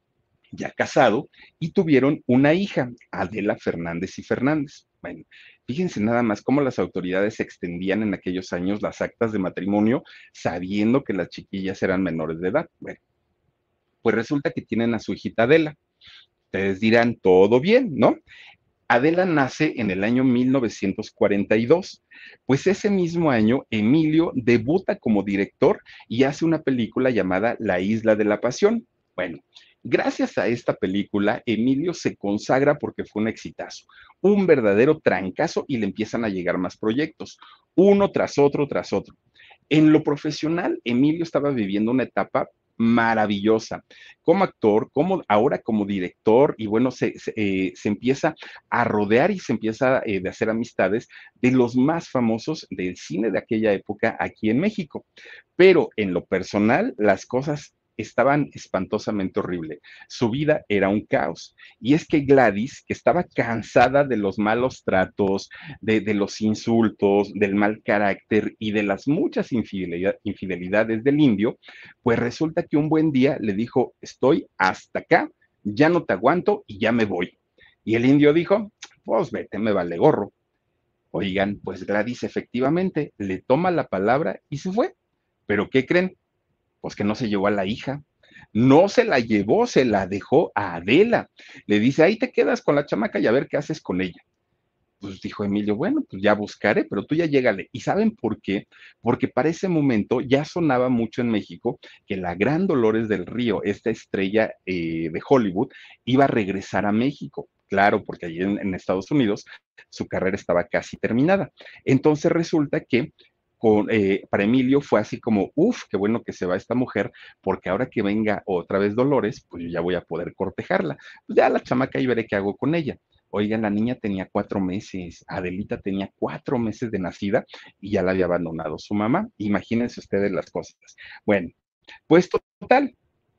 ya casado, y tuvieron una hija, Adela Fernández y Fernández. Bueno, fíjense nada más cómo las autoridades extendían en aquellos años las actas de matrimonio sabiendo que las chiquillas eran menores de edad. Bueno, pues resulta que tienen a su hijita Adela. Ustedes dirán, todo bien, ¿no? Adela nace en el año 1942. Pues ese mismo año, Emilio debuta como director y hace una película llamada La Isla de la Pasión. Bueno, gracias a esta película, Emilio se consagra porque fue un exitazo, un verdadero trancazo y le empiezan a llegar más proyectos, uno tras otro, tras otro. En lo profesional, Emilio estaba viviendo una etapa maravillosa como actor, como ahora como director, y bueno, se empieza a rodear y se empieza de hacer amistades de los más famosos del cine de aquella época aquí en México. Pero en lo personal, las cosas estaban espantosamente horrible. Su vida era un caos. Y es que Gladys, que estaba cansada de los malos tratos, de los insultos, del mal carácter y de las muchas infidelidades del indio, pues resulta que un buen día le dijo, estoy hasta acá, ya no te aguanto y ya me voy. Y el indio dijo, pues vete, me vale gorro. Oigan, pues Gladys efectivamente le toma la palabra y se fue. ¿Pero qué creen? Pues que no se llevó a la hija. No se la llevó, se la dejó a Adela. Le dice, ahí te quedas con la chamaca y a ver qué haces con ella. Pues dijo Emilio, bueno, pues ya buscaré, pero tú ya llégale. ¿Y saben por qué? Porque para ese momento ya sonaba mucho en México que la gran Dolores del Río, esta estrella de Hollywood, iba a regresar a México. Claro, porque allí en Estados Unidos su carrera estaba casi terminada. Entonces resulta que para Emilio fue así como, uff, qué bueno que se va esta mujer, porque ahora que venga otra vez Dolores, pues yo ya voy a poder cortejarla. Pues ya la chamaca y veré qué hago con ella. Oigan, la niña tenía 4 meses, Adelita tenía 4 meses de nacida y ya la había abandonado su mamá. Imagínense ustedes las cosas. Bueno, pues total,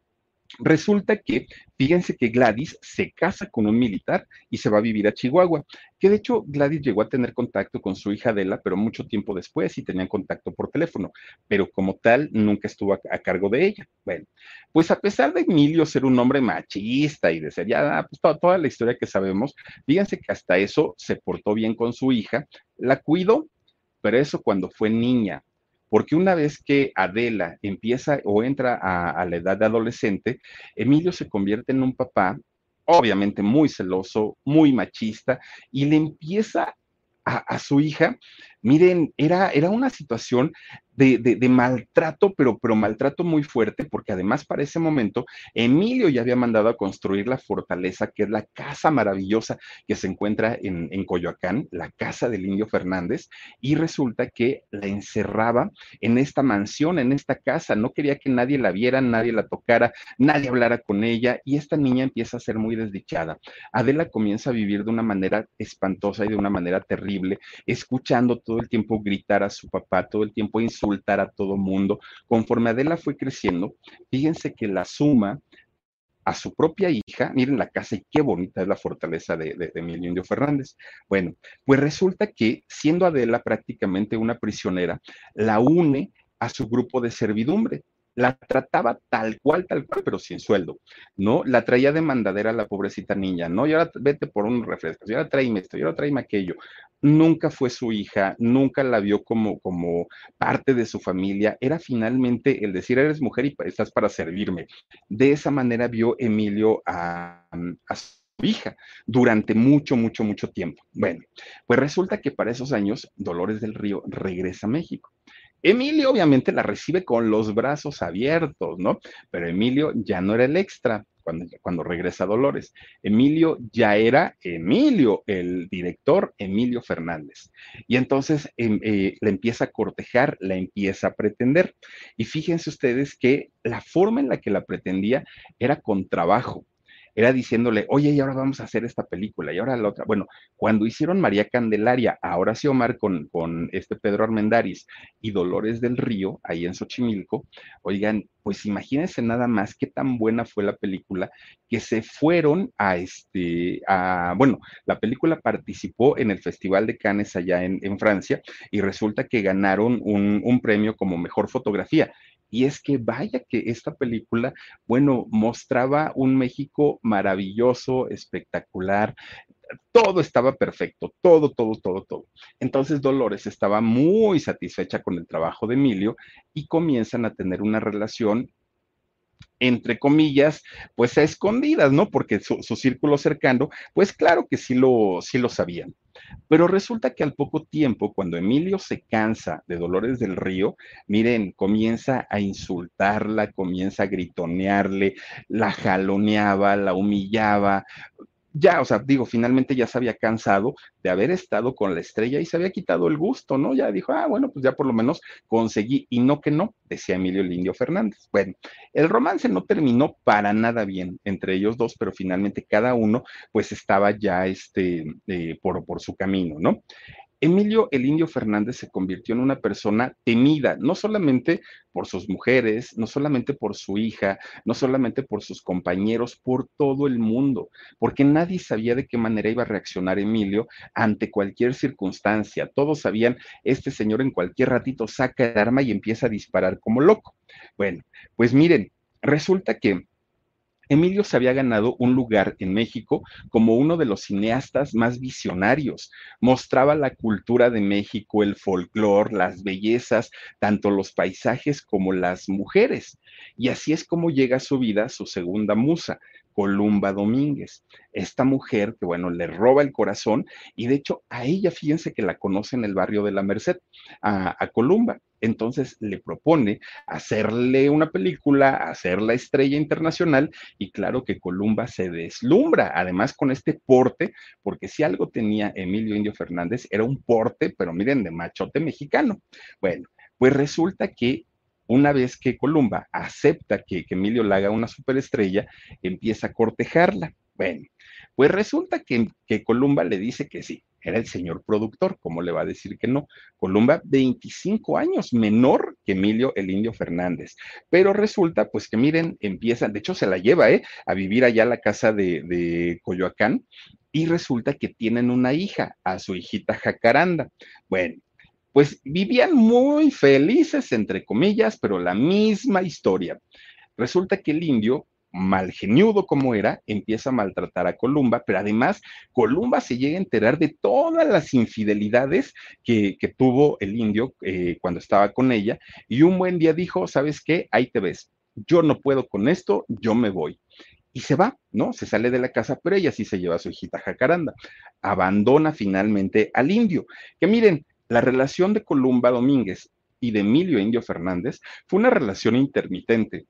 resulta que, fíjense que Gladys se casa con un militar y se va a vivir a Chihuahua, que de hecho Gladys llegó a tener contacto con su hija Adela, pero mucho tiempo después y tenían contacto por teléfono, pero como tal nunca estuvo a cargo de ella. Bueno, pues a pesar de Emilio ser un hombre machista y de ser ya pues, toda la historia que sabemos, fíjense que hasta eso se portó bien con su hija, la cuidó, pero eso cuando fue niña, porque una vez que Adela empieza o entra a la edad de adolescente, Emilio se convierte en un papá, obviamente muy celoso, muy machista, y le empieza a su hija, Miren, era una situación de maltrato, pero maltrato muy fuerte, porque además para ese momento Emilio ya había mandado a construir la fortaleza, que es la casa maravillosa que se encuentra en Coyoacán, la casa del Indio Fernández, y resulta que la encerraba en esta mansión, en esta casa, no quería que nadie la viera, nadie la tocara, nadie hablara con ella, y esta niña empieza a ser muy desdichada. Adela comienza a vivir de una manera espantosa y de una manera terrible, escuchando todo el tiempo gritar a su papá, todo el tiempo insultar a todo mundo. Conforme Adela fue creciendo, fíjense que la suma a su propia hija, miren la casa y qué bonita es la fortaleza de Emilio Indio Fernández. Bueno, pues resulta que siendo Adela prácticamente una prisionera, la une a su grupo de servidumbre. La trataba tal cual, pero sin sueldo, ¿no? La traía de mandadera a la pobrecita niña, ¿no? Y ahora vete por un refresco, y ahora tráeme esto, y ahora tráeme aquello. Nunca fue su hija, nunca la vio como parte de su familia. Era finalmente el decir, eres mujer y estás para servirme. De esa manera vio Emilio a su hija durante mucho tiempo. Bueno, pues resulta que para esos años Dolores del Río regresa a México. Emilio obviamente la recibe con los brazos abiertos, ¿no? Pero Emilio ya no era el extra cuando regresa Dolores. Emilio ya era Emilio, el director Emilio Fernández. Y entonces la empieza a cortejar, la empieza a pretender. Y fíjense ustedes que la forma en la que la pretendía era con trabajo, era diciéndole, oye, y ahora vamos a hacer esta película, y ahora la otra. Bueno, cuando hicieron María Candelaria, ahora sí Omar con este Pedro Armendáriz y Dolores del Río, ahí en Xochimilco, oigan, pues imagínense nada más qué tan buena fue la película, que se fueron bueno, la película participó en el Festival de Cannes allá en Francia, y resulta que ganaron un premio como mejor fotografía. Y es que vaya que esta película, bueno, mostraba un México maravilloso, espectacular, todo estaba perfecto, todo. Entonces Dolores estaba muy satisfecha con el trabajo de Emilio y comienzan a tener una relación entre comillas, pues a escondidas, ¿no? Porque su círculo cercano, pues claro que sí lo sabían. Pero resulta que al poco tiempo, cuando Emilio se cansa de Dolores del Río, miren, comienza a insultarla, comienza a gritonearle, la jaloneaba, la humillaba, ya, o sea, digo, finalmente ya se había cansado de haber estado con la estrella y se había quitado el gusto, ¿no? Ya dijo, bueno, pues ya por lo menos conseguí, y no que no, decía Emilio el Indio Fernández. Bueno, el romance no terminó para nada bien entre ellos dos, pero finalmente cada uno, pues estaba ya por su camino, ¿no? Emilio el Indio Fernández se convirtió en una persona temida, no solamente por sus mujeres, no solamente por su hija, no solamente por sus compañeros, por todo el mundo, porque nadie sabía de qué manera iba a reaccionar Emilio ante cualquier circunstancia. Todos sabían, este señor en cualquier ratito saca el arma y empieza a disparar como loco. Bueno, pues miren, resulta que Emilio se había ganado un lugar en México como uno de los cineastas más visionarios. Mostraba la cultura de México, el folclore, las bellezas, tanto los paisajes como las mujeres. Y así es como llega a su vida su segunda musa, Columba Domínguez. Esta mujer que, bueno, le roba el corazón y de hecho a ella, fíjense que la conoce en el barrio de la Merced, a Columba. Entonces le propone hacerle una película, hacer la estrella internacional y claro que Columba se deslumbra, además con este porte, porque si algo tenía Emilio Indio Fernández era un porte, pero miren, de machote mexicano. Bueno, pues resulta que una vez que Columba acepta que Emilio le haga una superestrella, empieza a cortejarla. Bueno, pues resulta que Columba le dice que sí, era el señor productor, ¿cómo le va a decir que no? Columba, 25 años menor que Emilio el Indio Fernández. Pero resulta, pues que miren, empieza, de hecho se la lleva, a vivir allá a la casa de Coyoacán, y resulta que tienen una hija, a su hijita Jacaranda. Bueno, pues vivían muy felices, entre comillas, pero la misma historia. Resulta que el indio, malgeniudo como era, empieza a maltratar a Columba, pero además Columba se llega a enterar de todas las infidelidades que tuvo el indio cuando estaba con ella, y un buen día dijo, ¿sabes qué? Ahí te ves, yo no puedo con esto, yo me voy. Y se va, ¿no? Se sale de la casa, pero ella sí se lleva a su hijita Jacaranda. Abandona finalmente al indio. Que miren, La relación de Columba Domínguez y de Emilio Indio Fernández fue una relación intermitente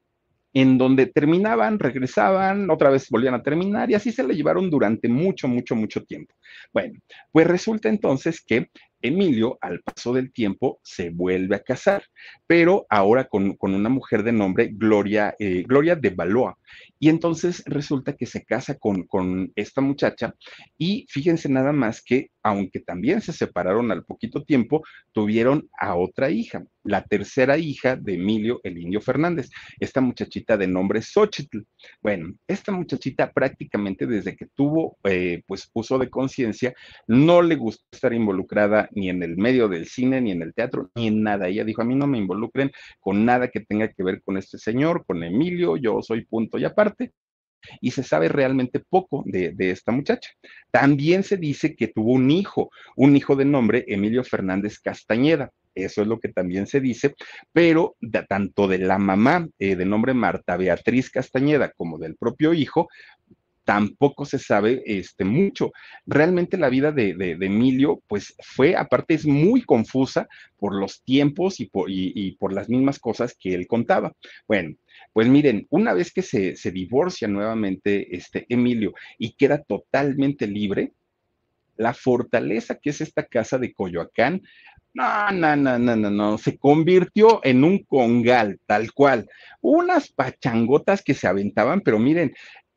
en donde terminaban, regresaban, otra vez volvían a terminar y así se la llevaron durante mucho, mucho, mucho tiempo. Bueno, pues resulta entonces que Emilio, al paso del tiempo, se vuelve a casar, pero ahora con una mujer de nombre Gloria de Valois. Y entonces resulta que se casa con esta muchacha y fíjense nada más que, aunque también se separaron al poquito tiempo, tuvieron a otra hija, la tercera hija de Emilio el Indio Fernández, esta muchachita de nombre Xochitl. Bueno, esta muchachita prácticamente desde que tuvo pues uso de conciencia, no le gustó estar involucrada ni en el medio del cine, ni en el teatro, ni en nada. Ella dijo, a mí no me involucren con nada que tenga que ver con este señor, con Emilio, yo soy punto y aparte, y se sabe realmente poco de esta muchacha. También se dice que tuvo un hijo de nombre Emilio Fernández Castañeda. Eso es lo que también se dice, pero tanto de la mamá de nombre Marta Beatriz Castañeda como del propio hijo, tampoco se sabe mucho. Realmente la vida de Emilio, pues fue, aparte es muy confusa por los tiempos y por las mismas cosas que él contaba. Bueno, pues miren, una vez que se divorcia nuevamente Emilio y queda totalmente libre, la fortaleza que es esta casa de Coyoacán, no, no, no, no, no, no, se convirtió en un congal, tal cual. Unas pachangotas que se aventaban, pero miren,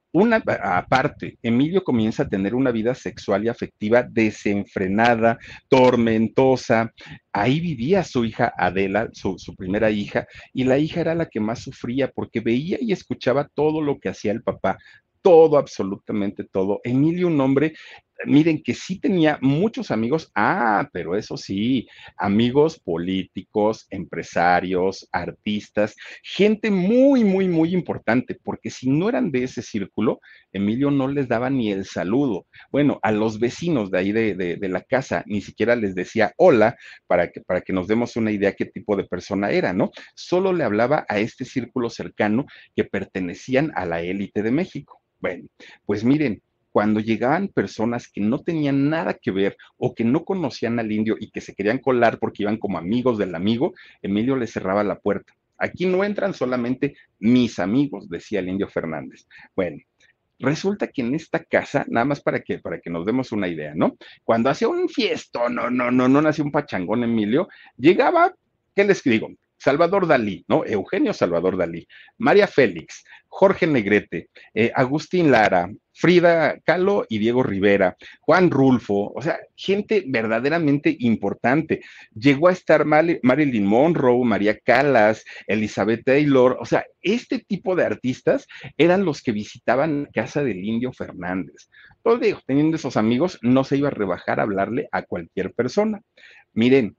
aparte, Emilio comienza a tener una vida sexual y afectiva desenfrenada, tormentosa. Ahí vivía su hija Adela, su primera hija, y la hija era la que más sufría porque veía y escuchaba todo lo que hacía el papá. Todo, absolutamente todo. Emilio, un hombre, miren que sí tenía muchos amigos, pero eso sí, amigos políticos, empresarios, artistas, gente muy, muy, muy importante, porque si no eran de ese círculo, Emilio no les daba ni el saludo. Bueno, a los vecinos de ahí de la casa ni siquiera les decía hola para que nos demos una idea qué tipo de persona era, ¿no? Solo le hablaba a este círculo cercano que pertenecían a la élite de México. Bueno, pues miren, cuando llegaban personas que no tenían nada que ver o que no conocían al indio y que se querían colar porque iban como amigos del amigo, Emilio les cerraba la puerta. Aquí no entran solamente mis amigos, decía el Indio Fernández. Bueno, resulta que en esta casa, nada más para que nos demos una idea, ¿no? Cuando hacía un fiesto, no hacía un pachangón Emilio, llegaba, ¿qué les digo? Salvador Dalí, ¿no? Eugenio Salvador Dalí, María Félix, Jorge Negrete, Agustín Lara, Frida Kahlo y Diego Rivera, Juan Rulfo, o sea, gente verdaderamente importante. Llegó a estar Marilyn Monroe, María Callas, Elizabeth Taylor, o sea, este tipo de artistas eran los que visitaban la casa del Indio Fernández. Entonces, digo, teniendo esos amigos, no se iba a rebajar a hablarle a cualquier persona. Miren,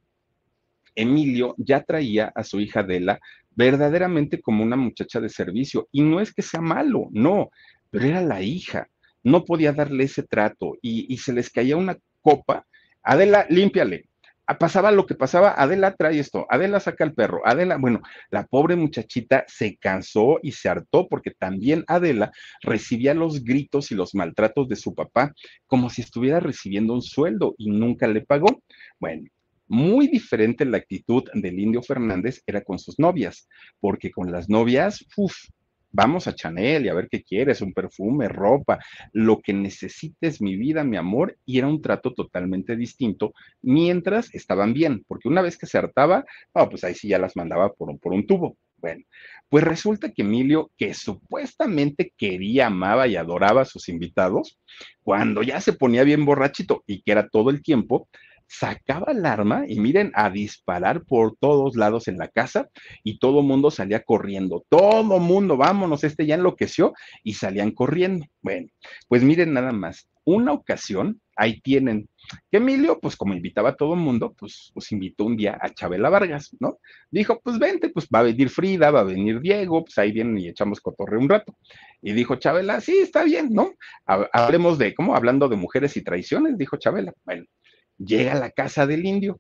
Emilio ya traía a su hija Adela verdaderamente como una muchacha de servicio. Y no es que sea malo, no, pero era la hija. No podía darle ese trato y se les caía una copa. Adela, límpiale. Pasaba lo que pasaba, Adela trae esto, Adela saca el perro, Adela, bueno, la pobre muchachita se cansó y se hartó porque también Adela recibía los gritos y los maltratos de su papá como si estuviera recibiendo un sueldo y nunca le pagó. Bueno, muy diferente la actitud del Indio Fernández era con sus novias, porque con las novias, uff, vamos a Chanel y a ver qué quieres, un perfume, ropa, lo que necesites, mi vida, mi amor, y era un trato totalmente distinto mientras estaban bien, porque una vez que se hartaba, oh, pues ahí sí ya las mandaba por un tubo. Bueno, pues resulta que Emilio, que supuestamente quería, amaba y adoraba a sus invitados, cuando ya se ponía bien borrachito y que era todo el tiempo, sacaba el arma y miren, a disparar por todos lados en la casa y todo mundo salía corriendo. Todo mundo, vámonos, ya enloqueció y salían corriendo. Bueno, pues miren nada más. Una ocasión, ahí tienen, que Emilio, pues como invitaba a todo el mundo, pues invitó un día a Chabela Vargas, ¿no? Dijo, pues vente, pues va a venir Frida, va a venir Diego, pues ahí vienen y echamos cotorreo un rato. Y dijo Chabela, sí, está bien, ¿no? Hablemos de, ¿cómo? Hablando de mujeres y traiciones, dijo Chabela. Bueno, llega a la casa del indio,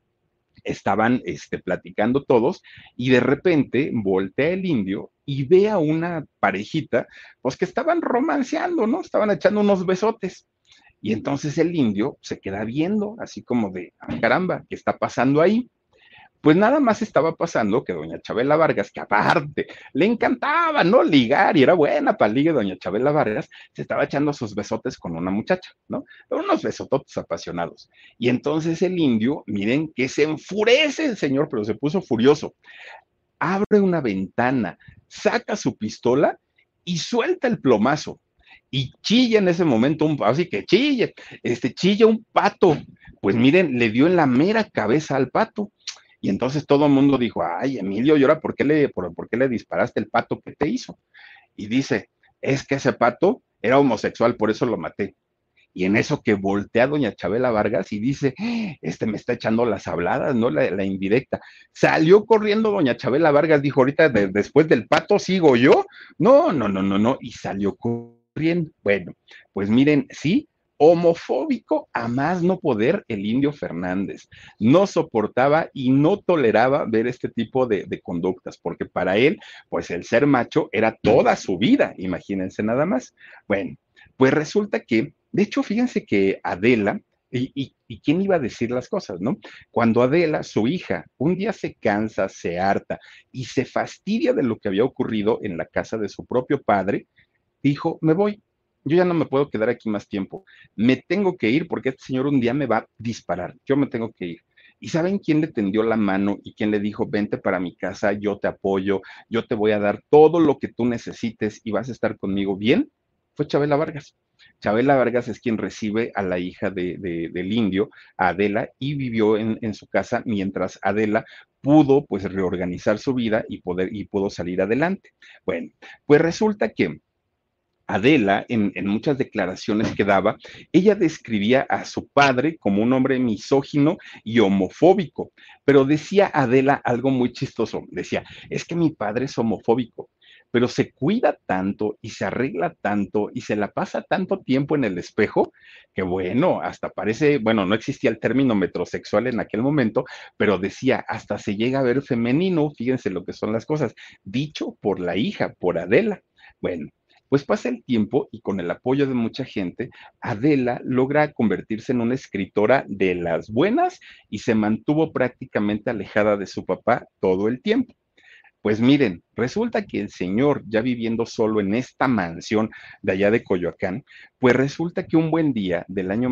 estaban platicando todos y de repente voltea el indio y ve a una parejita, pues que estaban romanceando, ¿no? Estaban echando unos besotes. Y entonces el indio se queda viendo, así como de, ah, caramba, ¿qué está pasando ahí? Pues nada más estaba pasando que doña Chabela Vargas, que aparte le encantaba, ¿no? Ligar y era buena para ligue doña Chabela Vargas, se estaba echando sus besotes con una muchacha, ¿no? Unos besototes apasionados. Y entonces el indio, miren que se enfurece el señor, pero se puso furioso. Abre una ventana, saca su pistola y suelta el plomazo. Y chilla en ese momento, así que chilla, chilla un pato. Pues miren, le dio en la mera cabeza al pato. Y entonces todo el mundo dijo, ay, Emilio, ¿y ahora por qué le disparaste el pato que te hizo? Y dice, es que ese pato era homosexual, por eso lo maté. Y en eso que voltea doña Chabela Vargas y dice, me está echando las habladas, ¿no? La indirecta. Salió corriendo doña Chabela Vargas, dijo, ahorita después del pato sigo yo. No, no, no, no, no. Y salió corriendo. Bueno, pues miren, sí, homofóbico a más no poder el indio Fernández. No soportaba y no toleraba ver este tipo de conductas, porque para él, pues el ser macho era toda su vida, imagínense nada más. Bueno, pues resulta que, de hecho, fíjense que Adela, y quién iba a decir las cosas, ¿no? Cuando Adela, su hija, un día se cansa, se harta y se fastidia de lo que había ocurrido en la casa de su propio padre, dijo, me voy, yo ya no me puedo quedar aquí más tiempo, me tengo que ir porque este señor un día me va a disparar, yo me tengo que ir. ¿Y saben quién le tendió la mano y quién le dijo, vente para mi casa, yo te apoyo, yo te voy a dar todo lo que tú necesites y vas a estar conmigo bien? Fue Chabela Vargas. Chabela Vargas es quien recibe a la hija del indio, a Adela, y vivió en su casa mientras Adela pudo pues reorganizar su vida y pudo salir adelante. Bueno, pues resulta que Adela, en muchas declaraciones que daba, ella describía a su padre como un hombre misógino y homofóbico, pero decía Adela algo muy chistoso, decía, es que mi padre es homofóbico, pero se cuida tanto y se arregla tanto y se la pasa tanto tiempo en el espejo que bueno, hasta parece, bueno, no existía el término metrosexual en aquel momento, pero decía, hasta se llega a ver femenino, fíjense lo que son las cosas, dicho por la hija, por Adela. Bueno, pues pasa el tiempo y con el apoyo de mucha gente, Adela logra convertirse en una escritora de las buenas y se mantuvo prácticamente alejada de su papá todo el tiempo. Pues miren, resulta que el señor, ya viviendo solo en esta mansión de allá de Coyoacán, pues resulta que un buen día del año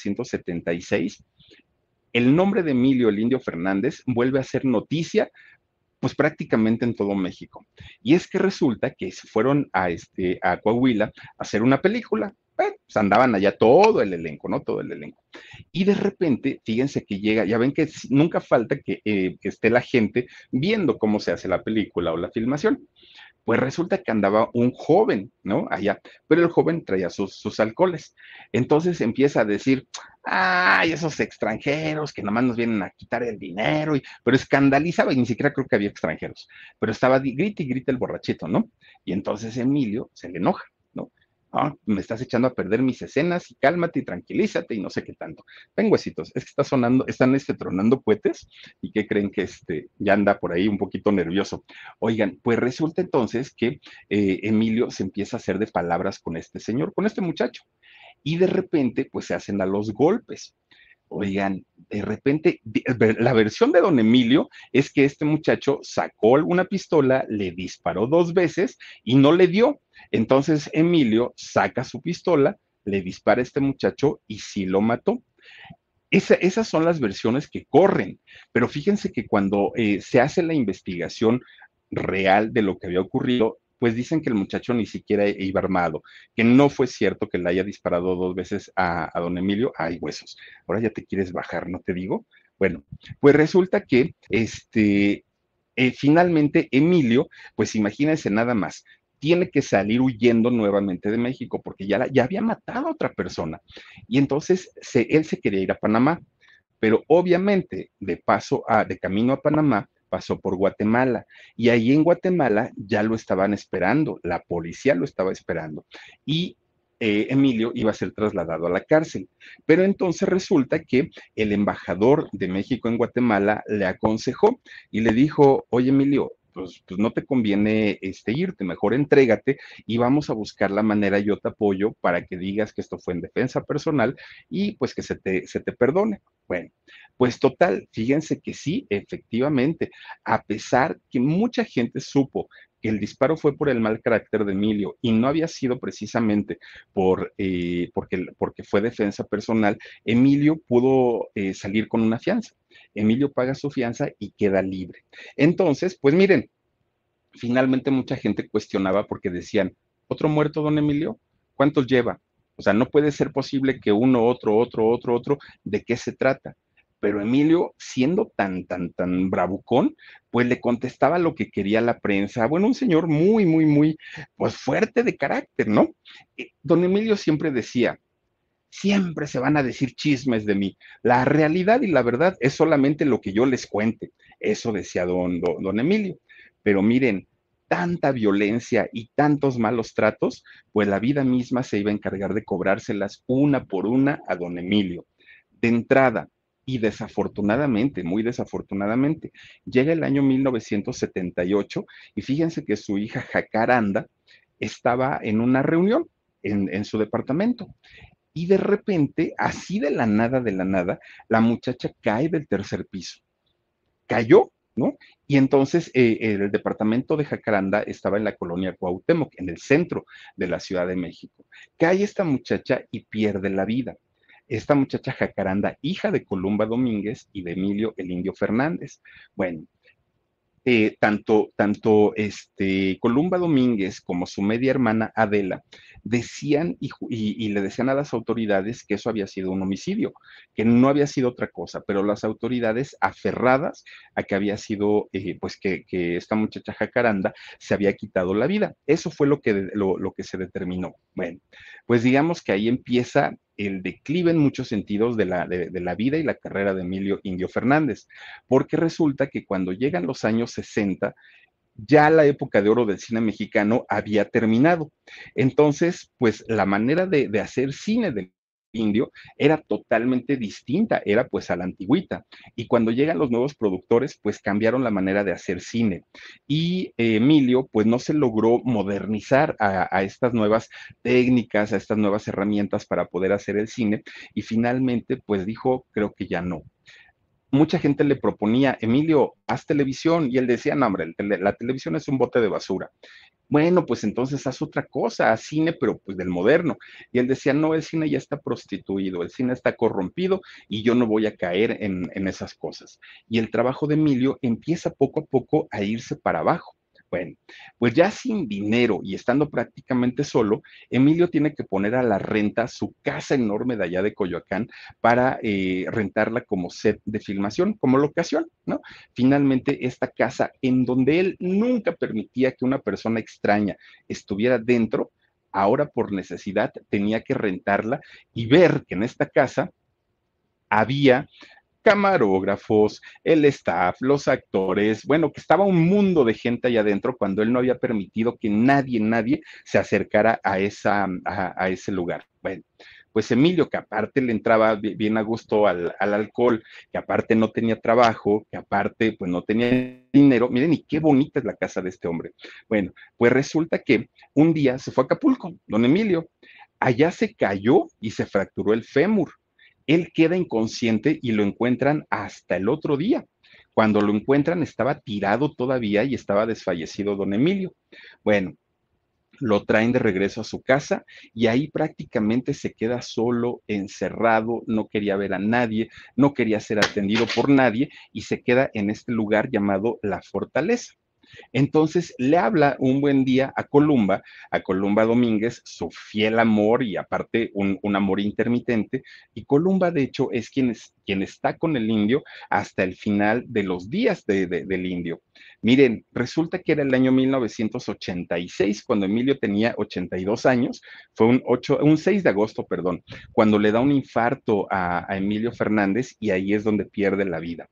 1976, el nombre de Emilio el Indio Fernández vuelve a ser noticia pues prácticamente en todo México. Y es que resulta que se fueron a Coahuila a hacer una película. Pues andaban allá todo el elenco, ¿no? Todo el elenco. Y de repente, fíjense que llega, ya ven que nunca falta que esté la gente viendo cómo se hace la película o la filmación. Pues resulta que andaba un joven, ¿no? Allá, pero el joven traía sus alcoholes. Entonces empieza a decir, ay, esos extranjeros que nomás nos vienen a quitar el dinero, pero escandalizaba y ni siquiera creo que había extranjeros, pero estaba grita y grita el borrachito, ¿no? Y entonces Emilio se le enoja, ¿no? Ah, me estás echando a perder mis escenas y cálmate y tranquilízate y no sé qué tanto. Ven, huesitos, es que está sonando, están tronando cohetes y que creen que ya anda por ahí un poquito nervioso. Oigan, pues resulta entonces que Emilio se empieza a hacer de palabras con este señor, con este muchacho, y de repente pues se hacen a los golpes. Oigan, de repente, la versión de don Emilio es que este muchacho sacó alguna pistola, le disparó dos veces y no le dio. Entonces Emilio saca su pistola, le dispara a este muchacho y sí lo mató. Esas son las versiones que corren, pero fíjense que cuando se hace la investigación real de lo que había ocurrido, pues dicen que el muchacho ni siquiera iba armado, que no fue cierto que le haya disparado dos veces a don Emilio. Ay, huesos, ahora ya te quieres bajar, ¿no te digo? Bueno, pues resulta que finalmente Emilio, pues imagínense nada más, tiene que salir huyendo nuevamente de México porque ya había matado a otra persona. Y entonces él se quería ir a Panamá, pero obviamente de camino a Panamá, pasó por Guatemala y ahí en Guatemala ya lo estaban esperando, la policía lo estaba esperando y Emilio iba a ser trasladado a la cárcel. Pero entonces resulta que el embajador de México en Guatemala le aconsejó y le dijo, oye Emilio, pues no te conviene irte, mejor entrégate y vamos a buscar la manera, yo te apoyo para que digas que esto fue en defensa personal y pues que se te perdone. Bueno, pues total, fíjense que sí, efectivamente, a pesar que mucha gente supo que el disparo fue por el mal carácter de Emilio y no había sido precisamente porque fue defensa personal, Emilio pudo salir con una fianza. Emilio paga su fianza y queda libre. Entonces, pues miren, finalmente mucha gente cuestionaba porque decían, ¿otro muerto, don Emilio? ¿Cuántos lleva? O sea, no puede ser posible que uno, otro, ¿de qué se trata? Pero Emilio, siendo tan bravucón, pues le contestaba lo que quería la prensa. Bueno, un señor muy, pues fuerte de carácter, ¿no? Don Emilio siempre decía, siempre se van a decir chismes de mí. La realidad y la verdad es solamente lo que yo les cuente. Eso decía don Emilio. Pero miren, tanta violencia y tantos malos tratos, pues la vida misma se iba a encargar de cobrárselas una por una a don Emilio. De entrada, y desafortunadamente, muy desafortunadamente, llega el año 1978 y fíjense que su hija Jacaranda estaba en una reunión en su departamento y de repente, así de la nada, la muchacha cae del tercer piso. Cayó, ¿no? Y entonces el departamento de Jacaranda estaba en la colonia Cuauhtémoc, en el centro de la Ciudad de México. Cae esta muchacha y pierde la vida. Esta muchacha Jacaranda, hija de Columba Domínguez y de Emilio el Indio Fernández. Bueno, tanto Columba Domínguez como su media hermana Adela decían y le decían a las autoridades que eso había sido un homicidio, que no había sido otra cosa, pero las autoridades aferradas a que había sido, pues que esta muchacha Jacaranda se había quitado la vida. Eso fue lo que se determinó. Bueno, pues digamos que ahí empieza el declive en muchos sentidos de la vida y la carrera de Emilio Indio Fernández, porque resulta que cuando llegan los años 60, ya la época de oro del cine mexicano había terminado. Entonces, pues la manera de hacer cine del indio era totalmente distinta, era pues a la antigüita. Y cuando llegan los nuevos productores, pues cambiaron la manera de hacer cine. Y Emilio, pues no se logró modernizar a estas nuevas técnicas, a estas nuevas herramientas para poder hacer el cine. Y finalmente, pues dijo, creo que ya no. Mucha gente le proponía, Emilio, haz televisión, y él decía, no, hombre, la televisión es un bote de basura. Bueno, pues entonces haz otra cosa, haz cine, pero pues del moderno. Y él decía, no, el cine ya está prostituido, el cine está corrompido y yo no voy a caer en esas cosas. Y el trabajo de Emilio empieza poco a poco a irse para abajo. Bueno, pues ya sin dinero y estando prácticamente solo, Emilio tiene que poner a la renta su casa enorme de allá de Coyoacán para rentarla como set de filmación, como locación, ¿no? Finalmente, esta casa en donde él nunca permitía que una persona extraña estuviera dentro, ahora por necesidad tenía que rentarla y ver que en esta casa había camarógrafos, el staff, los actores, bueno, que estaba un mundo de gente allá adentro cuando él no había permitido que nadie se acercara a ese lugar. Bueno, pues Emilio, que aparte le entraba bien a gusto al alcohol, que aparte no tenía trabajo, que aparte pues no tenía dinero, miren, y qué bonita es la casa de este hombre. Bueno, pues resulta que un día se fue a Acapulco, don Emilio, allá se cayó y se fracturó el fémur. Él queda inconsciente y lo encuentran hasta el otro día. Cuando lo encuentran estaba tirado todavía y estaba desfallecido don Emilio. Bueno, lo traen de regreso a su casa y ahí prácticamente se queda solo, encerrado, no quería ver a nadie, no quería ser atendido por nadie y se queda en este lugar llamado La Fortaleza. Entonces le habla un buen día a Columba Domínguez, su fiel amor y aparte un amor intermitente. Y Columba, de hecho, es quien está con el indio hasta el final de los días del indio. Miren, resulta que era el año 1986, cuando Emilio tenía 82 años, fue un 6 de agosto, perdón, cuando le da un infarto a Emilio Fernández y ahí es donde pierde la vida.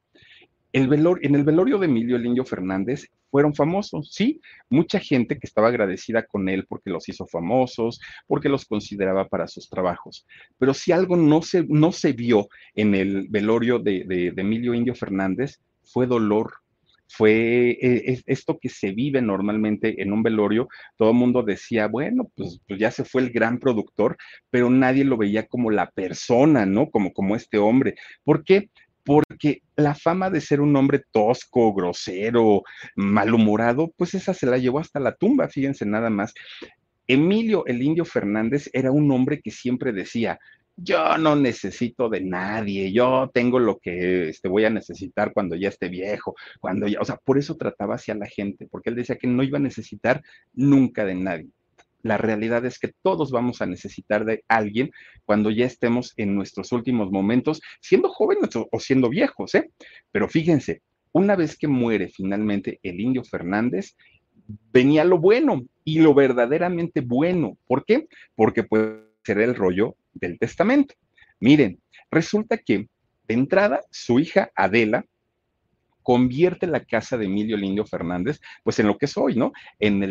En el velorio de Emilio el Indio Fernández fueron famosos, sí, mucha gente que estaba agradecida con él porque los hizo famosos, porque los consideraba para sus trabajos. Pero si algo no se vio en el velorio de Emilio Indio Fernández, fue dolor, fue esto que se vive normalmente en un velorio. Todo el mundo decía, bueno, pues ya se fue el gran productor, pero nadie lo veía como la persona, ¿no? Como este hombre. ¿Por qué? Porque la fama de ser un hombre tosco, grosero, malhumorado, pues esa se la llevó hasta la tumba, fíjense nada más. Emilio el Indio Fernández era un hombre que siempre decía, yo no necesito de nadie, yo tengo lo que voy a necesitar cuando ya esté viejo, cuando ya, o sea, por eso trataba hacia la gente, porque él decía que no iba a necesitar nunca de nadie. La realidad es que todos vamos a necesitar de alguien cuando ya estemos en nuestros últimos momentos, siendo jóvenes o siendo viejos, ¿eh? Pero fíjense, una vez que muere finalmente el Indio Fernández, venía lo bueno y lo verdaderamente bueno. ¿Por qué? Porque puede ser el rollo del testamento. Miren, resulta que de entrada su hija Adela convierte la casa de Emilio el Indio Fernández, pues en lo que es hoy, ¿no?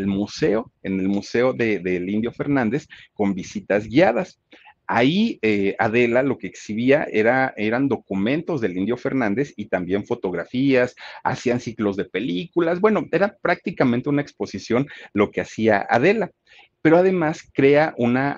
En el museo del Indio Fernández, con visitas guiadas. Ahí Adela lo que exhibía eran documentos del Indio Fernández y también fotografías, hacían ciclos de películas, bueno, era prácticamente una exposición lo que hacía Adela, pero además crea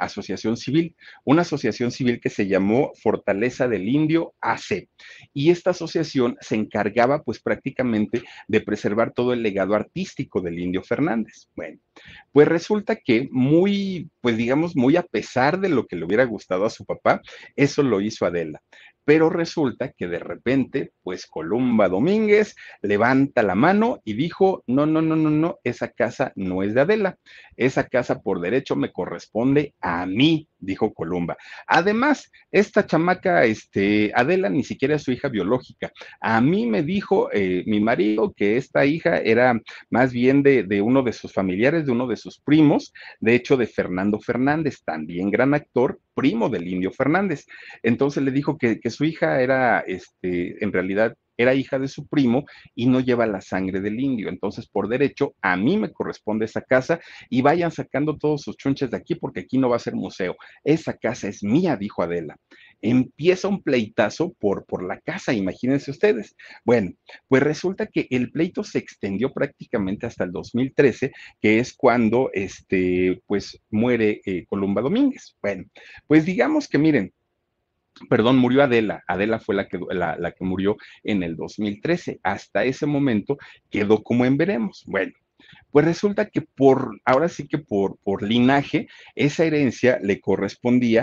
una asociación civil que se llamó Fortaleza del Indio AC. Y esta asociación se encargaba pues prácticamente de preservar todo el legado artístico del Indio Fernández. Bueno, pues resulta que muy, pues digamos, muy a pesar de lo que le hubiera gustado a su papá, eso lo hizo Adela. Pero resulta que de repente, pues Columba Domínguez levanta la mano y dijo, no, no, no, no, no, esa casa no es de Adela, esa casa por derecho me corresponde a mí, dijo Columba. Además, esta chamaca, Adela, ni siquiera es su hija biológica. A mí me dijo mi marido que esta hija era más bien de uno de sus familiares, de uno de sus primos, de hecho de Fernando Fernández, también gran actor, primo del Indio Fernández. Entonces le dijo que su hija era, en realidad, era hija de su primo y no lleva la sangre del indio. Entonces, por derecho, a mí me corresponde esa casa y vayan sacando todos sus chunches de aquí porque aquí no va a ser museo. Esa casa es mía, dijo Adela. Empieza un pleitazo por la casa, imagínense ustedes. Bueno, pues resulta que el pleito se extendió prácticamente hasta el 2013, que es cuando pues muere Columba Domínguez. Bueno, pues digamos que miren, perdón, murió Adela. Adela fue la que murió en el 2013. Hasta ese momento quedó como en veremos. Bueno, pues resulta que ahora sí que por linaje, esa herencia le correspondía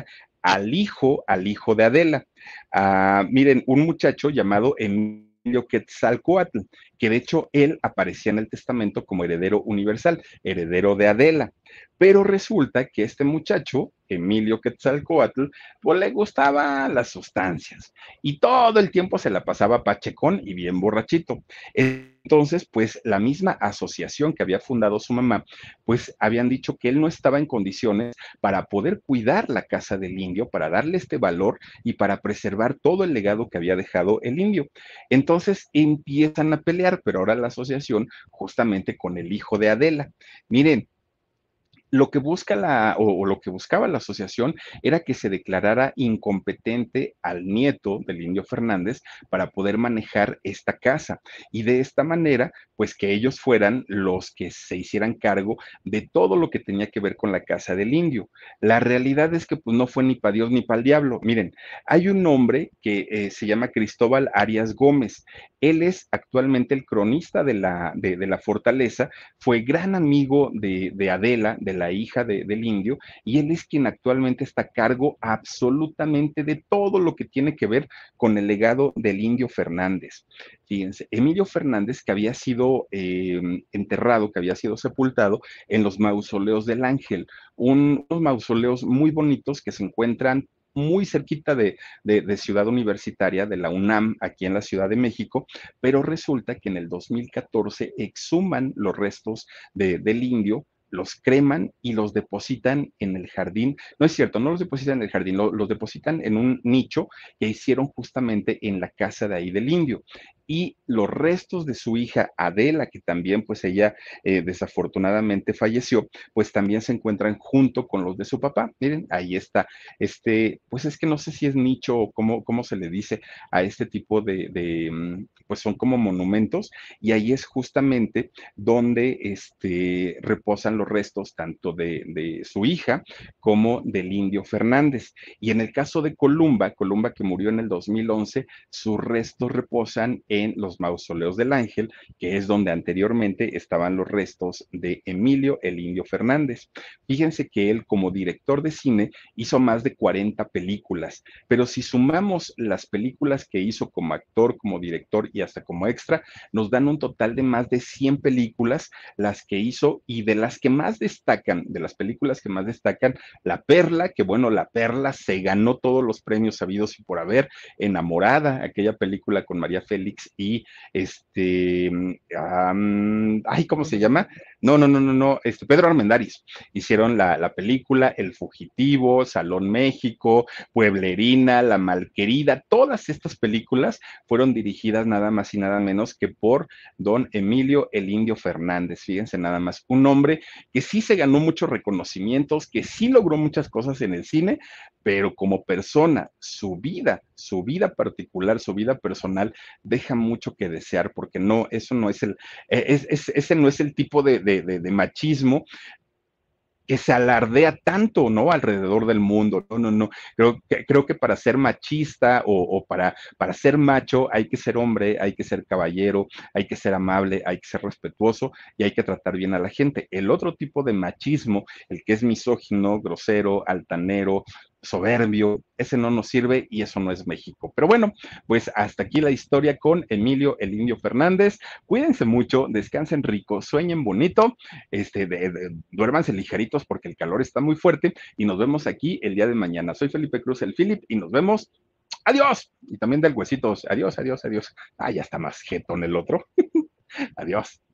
al hijo de Adela. Miren, un muchacho llamado Emilio Quetzalcoatl, que de hecho él aparecía en el testamento como heredero universal, heredero de Adela. Pero resulta que este muchacho, Emilio Quetzalcoatl, pues le gustaban las sustancias y todo el tiempo se la pasaba pachecón y bien borrachito. Entonces, pues la misma asociación que había fundado su mamá, pues habían dicho que él no estaba en condiciones para poder cuidar la casa del indio, para darle este valor y para preservar todo el legado que había dejado el indio. Entonces empiezan a pelear, pero ahora la asociación justamente con el hijo de Adela. Miren, lo que busca o lo que buscaba la asociación era que se declarara incompetente al nieto del Indio Fernández para poder manejar esta casa y de esta manera, pues que ellos fueran los que se hicieran cargo de todo lo que tenía que ver con la casa del Indio. La realidad es que pues no fue ni para Dios ni para el diablo. Miren, hay un hombre que se llama Cristóbal Arias Gómez. Él es actualmente el cronista de la fortaleza, fue gran amigo de Adela, de la hija del indio, y él es quien actualmente está a cargo absolutamente de todo lo que tiene que ver con el legado del indio Fernández. Fíjense, Emilio Fernández, que había sido enterrado, que había sido sepultado en los mausoleos del Ángel, unos mausoleos muy bonitos que se encuentran muy cerquita de Ciudad Universitaria, de la UNAM, aquí en la Ciudad de México, pero resulta que en el 2014 exhuman los restos del indio, los creman y los depositan en el jardín. No es cierto, no los depositan en el jardín, los depositan en un nicho que hicieron justamente en la casa de ahí del indio. y los restos de su hija Adela, que también pues ella desafortunadamente falleció, pues también se encuentran junto con los de su papá. Miren, ahí está, pues es que no sé si es nicho o cómo se le dice a este tipo pues son como monumentos, y ahí es justamente donde reposan los restos tanto de su hija como del Indio Fernández. Y en el caso de Columba que murió en el 2011, sus restos reposan en los mausoleos del Ángel, que es donde anteriormente estaban los restos de Emilio el Indio Fernández. Fíjense que él como director de cine hizo más de 40 películas, pero si sumamos las películas que hizo como actor, como director y hasta como extra, nos dan un total de más de 100 películas las que hizo, y de las que más destacan, de las películas que más destacan, La Perla, que bueno, La Perla se ganó todos los premios sabidos y por haber. Enamorada, aquella película con María Félix y ay, ¿cómo se llama? No, Pedro Armendáriz. Hicieron la película El Fugitivo, Salón México, Pueblerina, La Malquerida, todas estas películas fueron dirigidas nada más y nada menos que por don Emilio el Indio Fernández. Fíjense nada más, un hombre que sí se ganó muchos reconocimientos, que sí logró muchas cosas en el cine, pero como persona, su vida particular, su vida personal, deja mucho que desear, porque no, eso no es ese no es el tipo de machismo que se alardea tanto, ¿no? Alrededor del mundo. No. Creo que para ser machista o para ser macho hay que ser hombre, hay que ser caballero, hay que ser amable, hay que ser respetuoso y hay que tratar bien a la gente. El otro tipo de machismo, el que es misógino, grosero, altanero, soberbio, ese no nos sirve y eso no es México. Pero bueno, pues hasta aquí la historia con Emilio el Indio Fernández. Cuídense mucho, descansen rico, sueñen bonito, duérmanse ligeritos porque el calor está muy fuerte y nos vemos aquí el día de mañana. Soy Felipe Cruz, el Philip, y nos vemos. Adiós. Y también del Huesitos. Adiós. Ah, ya está más jetón el otro. Adiós.